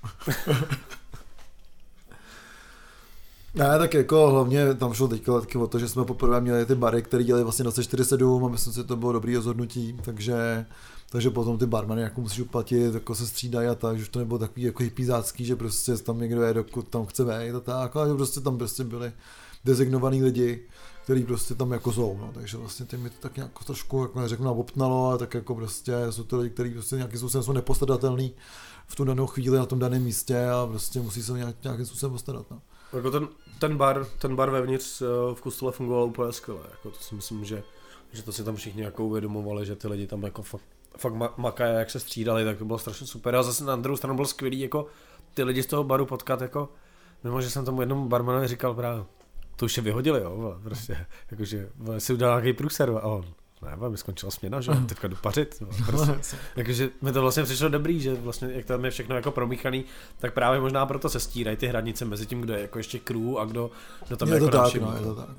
Ne, tak jako hlavně tam šlo teďka taky o to, že jsme poprvé měli ty bary, které dělají vlastně dvacet čtyři sedm a myslím si, že to bylo dobrý rozhodnutí, takže, takže potom ty barmany jako musíš uplatit, jako se střídají a tak, že už to nebylo takový jako hippízácký, že prostě tam někdo je, dokud tam chce vejít a tak, ale prostě tam prostě byli designovaní lidi, který prostě tam jako jsou, no, takže vlastně ty mi to tak nějak trošku, jako neřeknu, naoptnalo, a tak jako prostě jsou to lidi, kteří prostě nějakým způsobem jsou nepostradatelný v tu danou chvíli na tom daném místě a prostě musí se nějak, nějakým způsobem postarat, no. Jako ten, ten bar, ten bar vevnitř v Kostele fungoval úplně skvěle, jako to si myslím, že, že to si tam všichni jako uvědomovali, že ty lidi tam jako fakt, fakt makají, jak se střídali, tak to bylo strašně super a zase na druhou stranu bylo skvělý jako ty lidi z toho baru potkat, jako mimo, že jsem tomu jednomu barmanovi říkal právě, to už je vyhodili, jo, prostě, jakože si udělal nějaký průser a on, ne, mi skončila směna, že teďka jdu pařit, prostě. Takže mi to vlastně přišlo dobrý, že vlastně jak tam je všechno jako promíchaný, tak právě možná proto se stírají ty hranice mezi tím, kdo je jako ještě crew a kdo, kdo tam je jako návštěvník. Je to tak,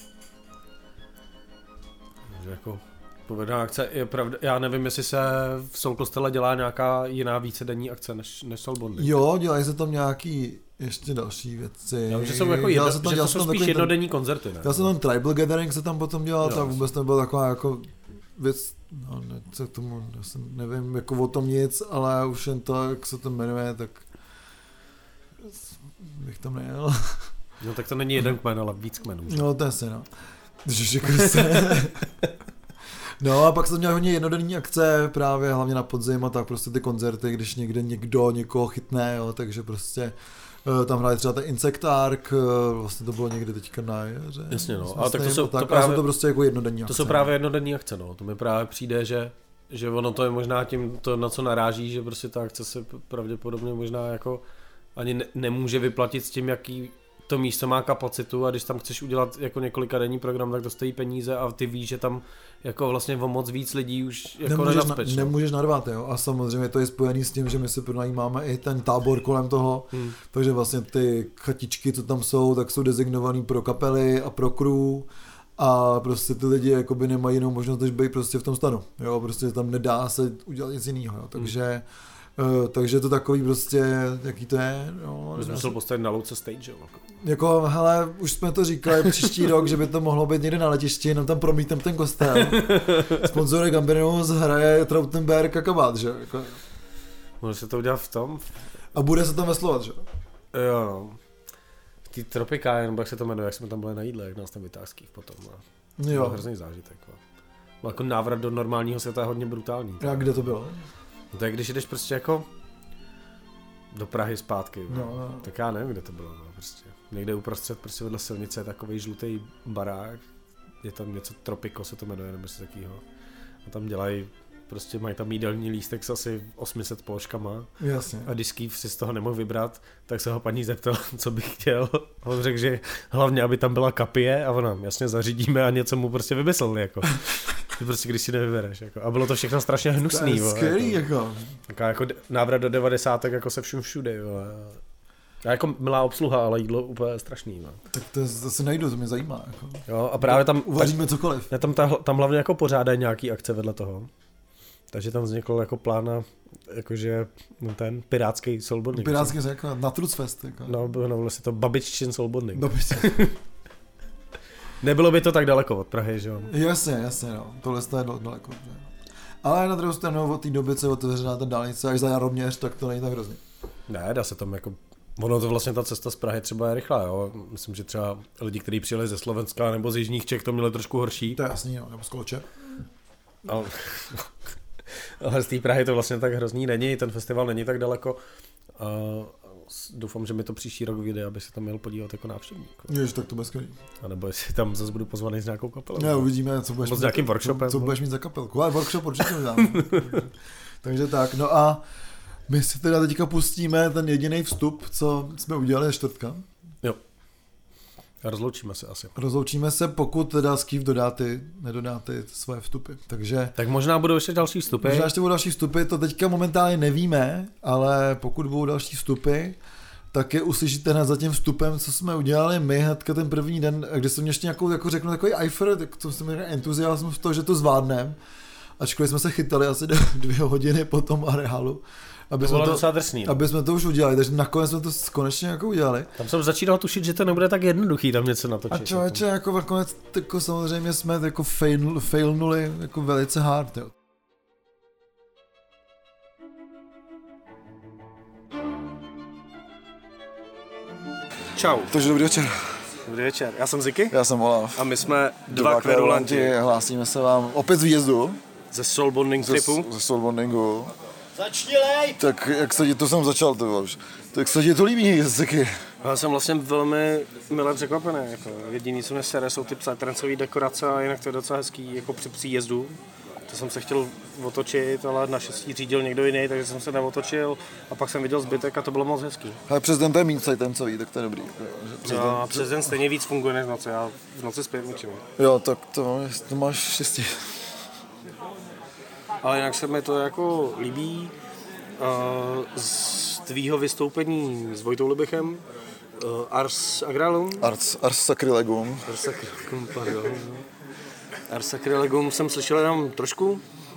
Takže jako povedená akce je pravda, já nevím, jestli se v Soul Kostele dělá nějaká jiná vícedenní akce než, než Soul Bonding. Jo, dělají se tam nějaký ještě další věci. Já, že jsou jako jedno, že to jsou spíš jednodenní koncerty, ne? Já jsem tam Tribal Gathering se tam potom dělal, jo, tak vůbec nebyla taková jako věc, no ne, co k tomu, já jsem, nevím jako o tom nic, ale už jen to, jak se to jmenuje, tak bych tam nejel. No tak to není jeden kmen, ale víc kmenů. No to je si, no. No a pak jsem měl hodně jednodenní akce, právě hlavně na podzim a tak prostě ty koncerty, když někde někdo někoho chytne, jo, takže prostě tam hráli třeba ten Insect Ark, vlastně to bylo někdy teďka na jaře. Jasně, no. Ale tak to jsou, tak, to právě, to prostě jako jednodenní akce. To jsou právě jednodenní akce, no. To mi právě přijde, že, že ono to je možná tím, to na co naráží, že prostě ta akce se pravděpodobně možná jako ani ne, nemůže vyplatit s tím, jaký to místo má kapacitu a když tam chceš udělat jako několika denní program, tak to stojí peníze a ty víš, že tam jako vlastně o moc víc lidí už jako nenazpeš. Na, nemůžeš narvat, jo, a samozřejmě to je spojený s tím, že my si pronajímáme i ten tábor kolem toho, hmm. takže vlastně ty chatičky, co tam jsou, tak jsou designovaný pro kapely a pro crew a prostě ty lidi jakoby nemají jinou možnost, než být prostě v tom stanu, jo, prostě tam nedá se udělat nic jiného, jo, takže hmm. Uh, takže to takový prostě, jaký to je, no. Bys musel postavit na louce stage, jo. Jako, hele, už jsme to říkali příští rok, že by to mohlo být někde na letišti, jenom tam promítám ten kostel. Sponzor Gambrinus hraje Trautenberg a kabát, že jako. Může se to udělat v tom? A bude se tam veslovat, že? Jo, no. V té Tropika, nebo jak se to jmenuje, jak jsme tam byli na jídle, jak nás tam vytáhl skýv potom. No. Jo. Hrozný zážitek. No. Jako návrat do normálního světa je hodně brutální. A kde to bylo? No to je, když jdeš prostě jako do Prahy zpátky. No, no. Tak já nevím, kde to bylo. No, prostě. Někde uprostřed, prostě vedle silnice je takovej žlutý barák. Je tam něco Tropico se to jmenuje, nebo něco takového. A tam dělají, prostě mají tam jídelní lístek s asi osm set položkama. Jasně. A když Skýv si z toho nemohl vybrat, tak se ho paní zeptal, co by chtěl. A on řekl, že hlavně, aby tam byla kapie a ona, jasně zařídíme a něco mu prostě vymysleli, jako. Prostě když si nevybereš, jako. A bylo to všechno strašně hnusný. To je skvělý, jako. jako. Taká jako návrat do devadesátek jako se všem všude, jo. A jako milá obsluha, ale jídlo úplně strašný, no. Tak to, to si najdu, to mě zajímá, jako. Jo, a právě tam... Uvaříme cokoliv. Ne, tam, ta, tam hlavně jako pořádají nějaký akce vedle toho. Takže tam vznikl jako plán na jakože ten pirátský soulbonding. Pirátský jako na Trucfest, jako. No, no vlastně to babiččin soulbonding. Babiččin. Nebylo by to tak daleko od Prahy, že jo? Jasně, jasně, no. Tohle je daleko, že? Ale na druhou stranu od té doby, co je otevřená ta dálnice až za Jaroměř, tak to není tak hrozný. Ne, dá se tam jako... Ono to vlastně ta cesta z Prahy třeba je rychlá, jo. Myslím, že třeba lidi, kteří přijeli ze Slovenska nebo z jižních Čech, to měli trošku horší. To je jasný, jo, nebo z Koloče. Ale, ale z té Prahy to vlastně tak hrozný není, ten festival není tak daleko. A doufám, že mi to příští rok vyjde, aby se tam měl podívat jako návštěvník. Jež, tak to bude skvělý. A nebo jestli tam zase budu pozvaný s nějakou kapelou. Ne, uvidíme, co budeš, mít, s nějakým workshopem, co, co budeš mít za kapelku. Ale workshop určitě udělám. Takže tak, no a my si teda teďka pustíme ten jediný vstup, co jsme udělali ze čtvrtka. Jo. A rozloučíme se asi. Rozloučíme se, pokud teda Skýv dodá ty, nedodá ty svoje vstupy. Takže... Tak možná budou ještě další vstupy. Možná ještě budou další vstupy, to teďka momentálně nevíme, ale pokud budou další vstupy, tak je uslyšíte hned za tím vstupem, co jsme udělali my hnedka ten první den, kde jsem ještě nějakou, jako řeknu, takový eifer, tak to jsem měl entuziasmus v toho, že to zvládnem. Ačkoliv jsme se chytali asi dvě hodiny po tom areálu. Aby, to jsme to, drsný, no. aby jsme to už udělali, takže nakonec jsme to konečně jako udělali. Tam jsem začínal tušit, že to nebude tak jednoduchý tam něco natočit. A člověče, jako nakonec jako samozřejmě jsme jako fail, failnuli jako velice hard, jo. Čau. Takže dobrý večer. Dobrý večer, já jsem Ziky. Já jsem Olaf. A my jsme dva, dva kverulanti. Hlásíme se vám opět z výjezdu. Ze soulbonding tripu. Ze, ze soulbondingu. Začni lej! Tak jak se ti, to jsem začal, to už. Tak jak se ti to líbí, Ziky? Já jsem vlastně velmi milé překvapený. Jako. Jediný, co mě sere, jsou ty psytrancové dekorace a jinak to je docela hezký jako při příjezdu. To jsem se chtěl otočit, ale naštěstí řídil někdo jiný, takže jsem se neotočil a pak jsem viděl zbytek a to bylo moc hezký. Ale přes den to je méně psytrancový, tak to je dobrý. Přes no, den... a přes den stejně víc funguje než v noci, já v noci spím většinou. Jo, tak to, to máš štěstí. Ale jinak se mi to jako líbí. Uh, z tvýho vystoupení s Vojtou Libichem, uh, Ars Agralum? Ars, Ars Sacrillegum. Ars Sacrillegum, pardon. Ars Sacrillegum jsem slyšel jenom trošku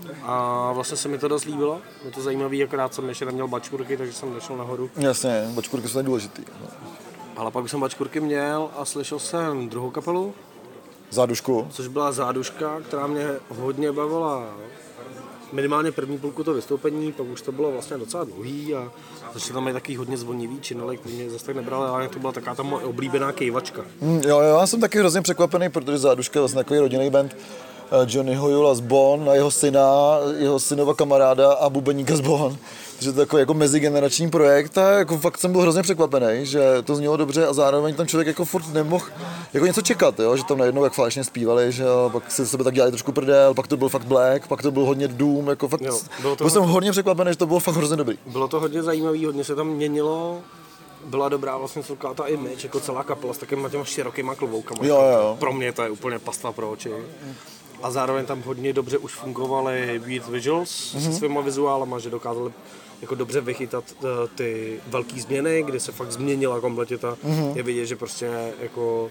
a vlastně se mi to dost líbilo. Je to zajímavý, akorát jsem ještě neměl bačkurky, takže jsem nešel nahoru. Jasně, bačkurky jsou důležitý. No. Ale pak už jsem bačkurky měl a slyšel jsem druhou kapelu. Zádušku. Což byla Záduška, která mě hodně bavila. Minimálně první půlku to vystoupení, pak už to bylo vlastně docela dlouhý a začali tam mají takový hodně zvonivý činely, který mě zase tak nebrali, ale to byla taková ta moje oblíbená kejvačka. Mm, jo, jo, já jsem taky hrozně překvapený, protože Záduška je vlastně takový rodinný band Johnnyho Jula z Bon a jeho syna, jeho synova kamaráda a bubeníka z Bon. Takže to je takový jako mezigenerační projekt a jako fakt jsem byl hrozně překvapený, že to znělo dobře a zároveň tam člověk jako furt nemohl jako něco čekat, jo? Že tam najednou jak falešně zpívali, že jo? Pak si sebe tak dělali trošku prdel, pak to byl fakt black, pak to byl hodně doom, jako fakt, jo, byl to... jsem hodně překvapený, že to bylo fakt hrozně dobrý. Bylo to hodně zajímavý, hodně se tam měnilo, byla dobrá vlastně celá ta image, jako celá kapela s takovýma těma širokýma kloboukama. Jo, jo. Pro mě to je úplně pastva pro oči. A zároveň tam hodně dobře už fungovaly Weird Visuals mm-hmm. se svýma vizuálama, že dokázali jako dobře vychytat uh, ty velké změny, kdy se fakt změnila kompletně ta, mm-hmm. je vidět, že prostě jako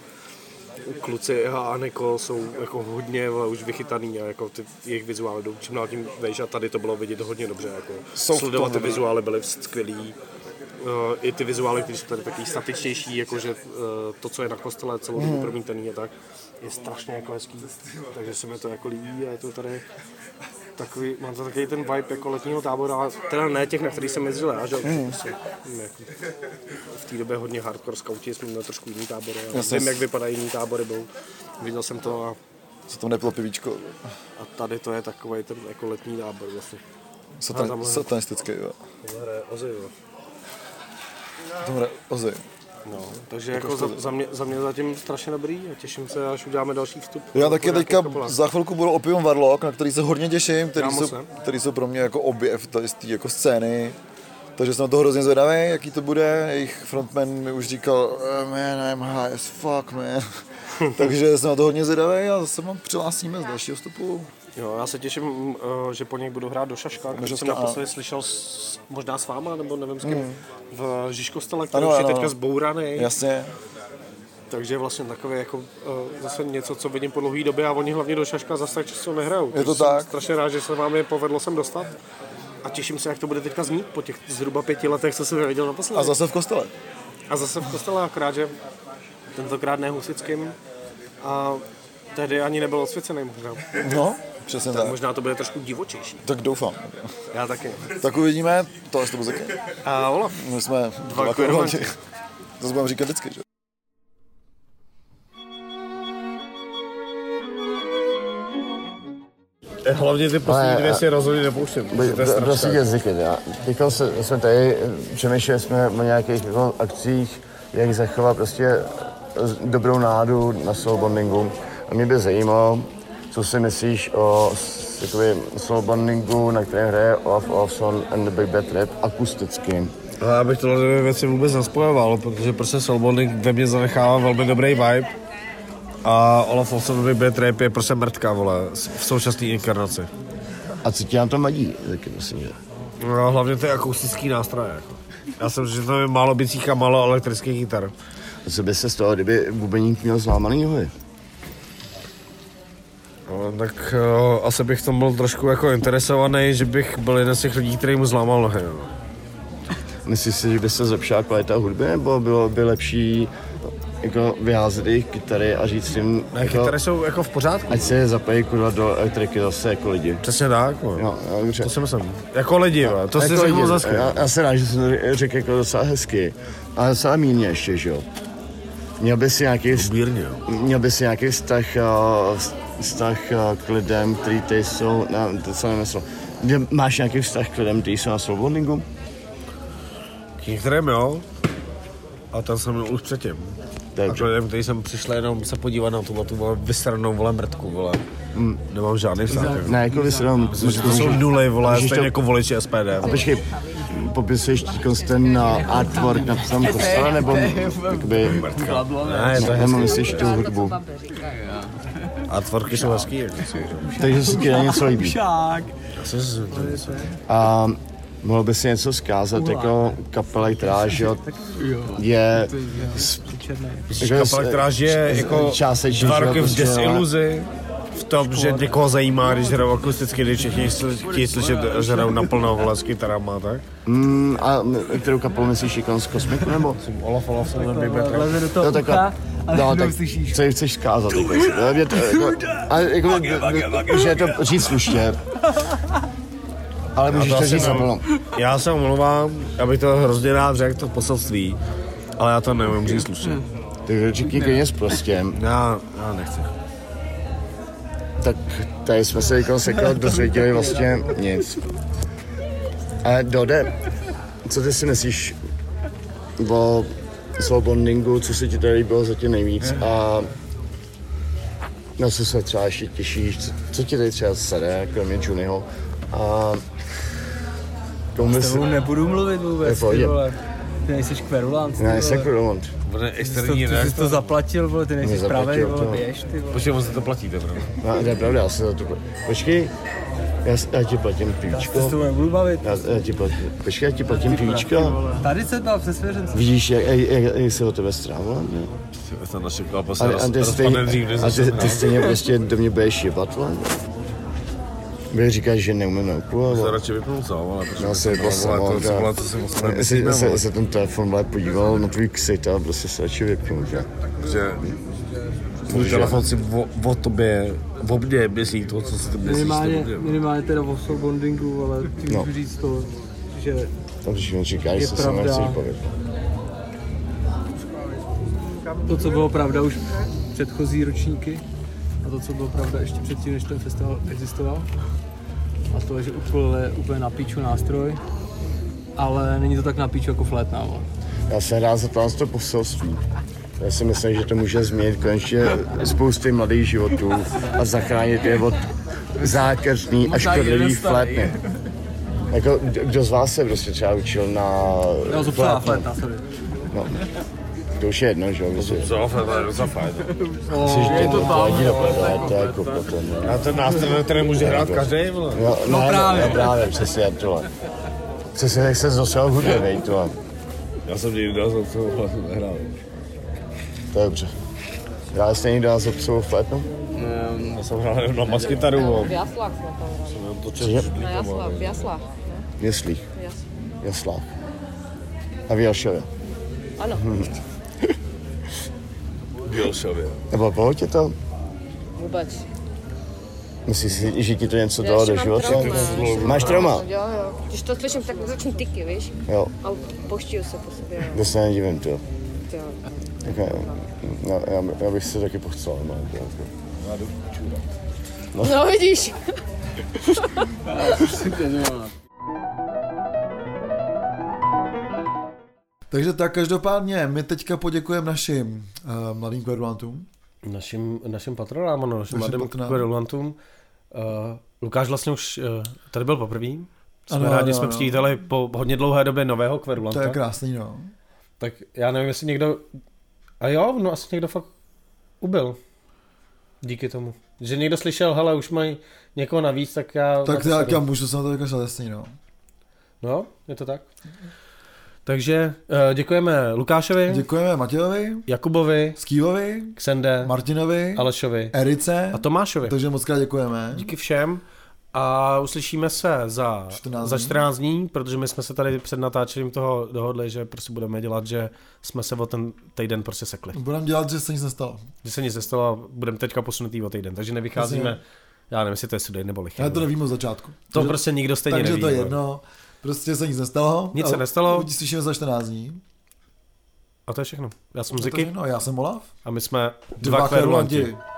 kluci a Nicole jsou jako hodně už vychytaný a jako ty jejich vizuály jdou čím dál tím vejš a tady to bylo vidět hodně dobře, jako sledovat ty vizuály byly skvělý. Uh, i ty vizuály, které jsou tady taky statičtější, jakože uh, to, co je na kostele, celou dobu promítaný je tak, je strašně jako hezký, takže se mi to jako líbí a je to tady takový, mám to takový ten vibe jako letního tábora, teda ne těch, na který jsem jezdil já, že mm. prostě, jako, v té době hodně hardcore scouti, jsme měli trošku jiný tábory, a vím, jak vypadají jiný tábory, byl, viděl jsem to a... Co tam nepilo pivíčko? A tady to je takový ten jako letní tábor vlastně. Satan, satanistický, jo. Tohle hraje Ozzy, jo. Dobre, ozej. No, takže jako za, za, mě, za mě zatím strašně dobrý a těším se, až uděláme další vstup. Já taky teďka za chvilku budu Opium Warlock, na který se hodně těším, který, jsou, který jsou pro mě jako objev z té jako scény. Takže jsem na to hrozně zvědavý, jaký to bude. Jejich frontman mi už říkal, man, I'm high as fuck, man. Takže jsem na to hodně zvědavý a zase mám přihlásíme z dalšího vstupu. Jo, já se těším, že po nich budu hrát do Šaška, který jsem naposledy slyšel s, možná s váma, nebo nevím s kým, mm. v Žižkostele, který už je teďka zbouraný. Jasně. Takže vlastně takové jako zase něco, co vidím po dlouhé době a oni hlavně do Šaška zase tak často nehrajou. Je to tak. Strašně rád, že se vám je povedlo sem dostat. A těším se, jak to bude teďka znít po těch zhruba pěti letech, co jsem viděl naposledy. A zase v kostele. A zase v kostele, akorát, že tentokrát ne Husickým. A tehdy ani nebyl osvěcený možná. No, přesně tak. tak. Možná to bude trošku divočejší. Tak doufám. Já taky. Tak uvidíme, tohle to muziky. A Olaf. My jsme dva kvěromanti. To budeme říkat vždycky, že? Hlavně ty poslední dvě si rozhodně nepouštím. Prosím tě zvyklý, teďka jsme tady, přemýšleli jsme o nějakých jako akcích, jak zachovat prostě dobrou náladu na soulbondingu. A mě by zajímalo, co si myslíš o soulbondingu, na kterém hraje Olaf Olafson and the Big Bad Rap akusticky. Já bych tohle dvě věci vůbec nespojoval, protože prostě soulbonding ve mně zanechává velmi dobrý vibe. A Olaf Olafson and the Big Bad Rap je prostě mrtka, vole, v současné inkarnaci. A co ti na tom vadí, taky myslím, že? No, hlavně ty akustický nástroje. Jako. Já jsem, že tam je málo bicích a málo elektrických kytar. A co by se z toho, kdyby bubeník měl zlámaný nohy? No, tak uh, asi bych tam byl trošku jako interesovaný, že bych byl jeden z těch lidí, který mu zlámal nohy. No. Myslíš si, že by se zlepšila kvalita hudby, nebo bylo by lepší jako vyházet jejich kytary a říct jim... Ne, jako, kytary jsou jako v pořádku. Ať se zapojí kurva do elektriky zase jako lidi. Přesně tak, no. Jo, jo, to si myslím. Jako lidi, no, to jako si řekl zase. Já, já se rád, že jsem to řekl jako docela hezky, ale docela mírně ještě, že jo. Měl by si nějaký, Mírně, měl by si nějaký vztah, vztah k lidem, kteří tady jsou, ne, to co nemyslel. Máš nějaký vztah k lidem, kteří jsou na soulbondingu? K některým jo, a tam jsem byl už předtím. A k lidem, který jsem přišel jenom se podívat na tuhle tu vole vysranou vole mrtku, vole. Mm. Nemám žádný vztah. Ne, jako vysranou. To jsou nuly, vole, stejně to... jako voliči S P D. A počkej, popisuješ ten artwork na tom kostele, nebo jakoby... Ne, to je hezký. Myslíš tu hudbu? Artworky jsou hezký, jak si takže se ti něco líbí. A mohl by si něco zkázat jako kapela, která že je... Kapela, která je jako dva roky v desiluzi, v tom, že někoho zajímá, když hrajou akusticky, když všichni chtějí slyšet, že hrajou naplno vole s kytarama, tak? Mm, a kterou kapelu myslíš, jako z Kosmiku, nebo? Olaf Olafson and the Big Bad Rap. Leze do toho no, ucha, ale no, tak co chceš zkázat? A jako, že to říct slušně. Ale můžeš to říct naplno. Já se omlouvám, já bych to hrozně rád řekl, to poselství, ale já to nevím říct slušně. Takže říkni klidně prostě. Já, já nechci. Tak tady jsme se jako sekal dozvěděli vlastně nic. A Dode, co ty si myslíš o soulbondingu, co se ti tady líbilo zatím nejvíc a na co se třeba ještě těšíš, co, co ti tady třeba sede, kromě Juniho a komu s tebou nebudu mluvit vůbec, ty vole. Ty nejsiš kverulant, ty vole. Nejsem kverulant. Externí ty jsi to zaplatil, vole, ty nejsi pravej, vole, běž, ty vole. Počkej, on se to platí, to je pravda. No, to je pravda, já se za to... Počkej, já, já ti platím píčko. Já se s tebou nebudu bavit. Já, já ti platím, počkej, já ti platím píčko. Tady se dá přes svěřence. Vidíš, jak, jak, jak, jak se o tebe strávila, ne? Já jsem našel, a a, a ty, stejně, a ty, ty stejně prostě do mě budeš jebat, vole. Vy říkáš, že neumím nauku, ale... radši vypnout sám, ale protože... Já se vypnout, já se ten telefon vole podíval na tvůj ksejt a prostě se radši vypnout, že? Že... Tvůj telefon si o, o tobě, o mně myslí to, co si ty myslíš. Minimálně, minimálně teda o soulbondingu, ale ty no. můžu říct to, že... Tam když mi říkáš, co se nechci povědět. To, co bylo pravda už předchozí ročníky, a to, co bylo pravda ještě předtím, než ten festival existoval. A to je, že ukulele je úplně na píču nástroj, ale není to tak na píču jako flétna. Já jsem rád za to, to poselství. Já si myslím, že to může změnit konečně spousty mladých životů a zachránit je od zákazný a škodlivý flétny. Jako, kdo z vás se prostě třeba učil na Já zopsala flétna, sorry. No, to už je jedno, že jo? Co, flétna, za flétna. Je to tam, to je jako potom. A ten nástroj, který může hrát každý, vole. No, No ne, právě. Ne, právě, přesně tohle. Přesně jak se znosil hudě, vej, tohle. Já jsem nikdy na zopsovou flétnu nehrál. To je dobře. Hráli jste někdo na zopsovou flétnu? Já jsem hrál jenom na baskytaru. V jaslách jsme to hrali. To Cože? Na jaslách, v jaslách. V jeslích, Jas. jaslách. A v Jelšově. Ano. V Jelšově. Nebo pohodě to? Vůbec. Myslíš si, že ti to něco Já dalo ještě do mám života? trauma. Máš trauma? Jo, jo. Když to slyším, tak začnu tyky, víš? Jo, A poštíju se po sobě. Jo. to se nedivím, to. Jo. Tak ne, no, já, já bych si taky pochcel, no. To jako. Já jdu čůrat. No vidíš. Takže tak každopádně, my teďka poděkujeme našim uh, mladým kverulantům. Našim, našim patronám, ano, našim Našim mladým patronám. kverulantům. Uh, Lukáš vlastně už uh, tady byl poprvé. Jsme Ano, rádi, ano, jsme ano. přivítali po hodně dlouhé době nového To kverulanta. je krásný, no. Tak já nevím, jestli někdo... A jo, no asi někdo fakt ubyl. Díky tomu. Že někdo slyšel, hele, už mají někoho navíc, tak já... Tak já, já můžu se na to vykašlat, jasný, no. No, je to tak. Takže uh, děkujeme Lukášovi, Děkujeme Matějovi, Jakubovi, Skývovi, Xende, Martinovi, Alešovi Erice, a Tomášovi. takže moc krát děkujeme. Díky všem a uslyšíme se za čtrnáct za dní. čtrnáct dní, protože my jsme se tady před natáčením toho dohodli, že prostě budeme dělat, že jsme se o ten týden prostě sekli. Budeme dělat, že se nic nestalo. Že se nic nestalo a budeme teďka posunutý o týden, takže nevycházíme, Jasně. já nevím, jestli to je sudej nebo lichý. Já to nevím od začátku. To Takže- prostě nikdo stejně Takže neví. to je vole. jedno. Prostě se nic nestalo. Nic A se nestalo. Uvidí slyšíme za čtrnáct dní. A to je všechno. Já jsem To je Ziky všechno. Já jsem Olaf. a my jsme Dva dva kverulanti. kverulanti.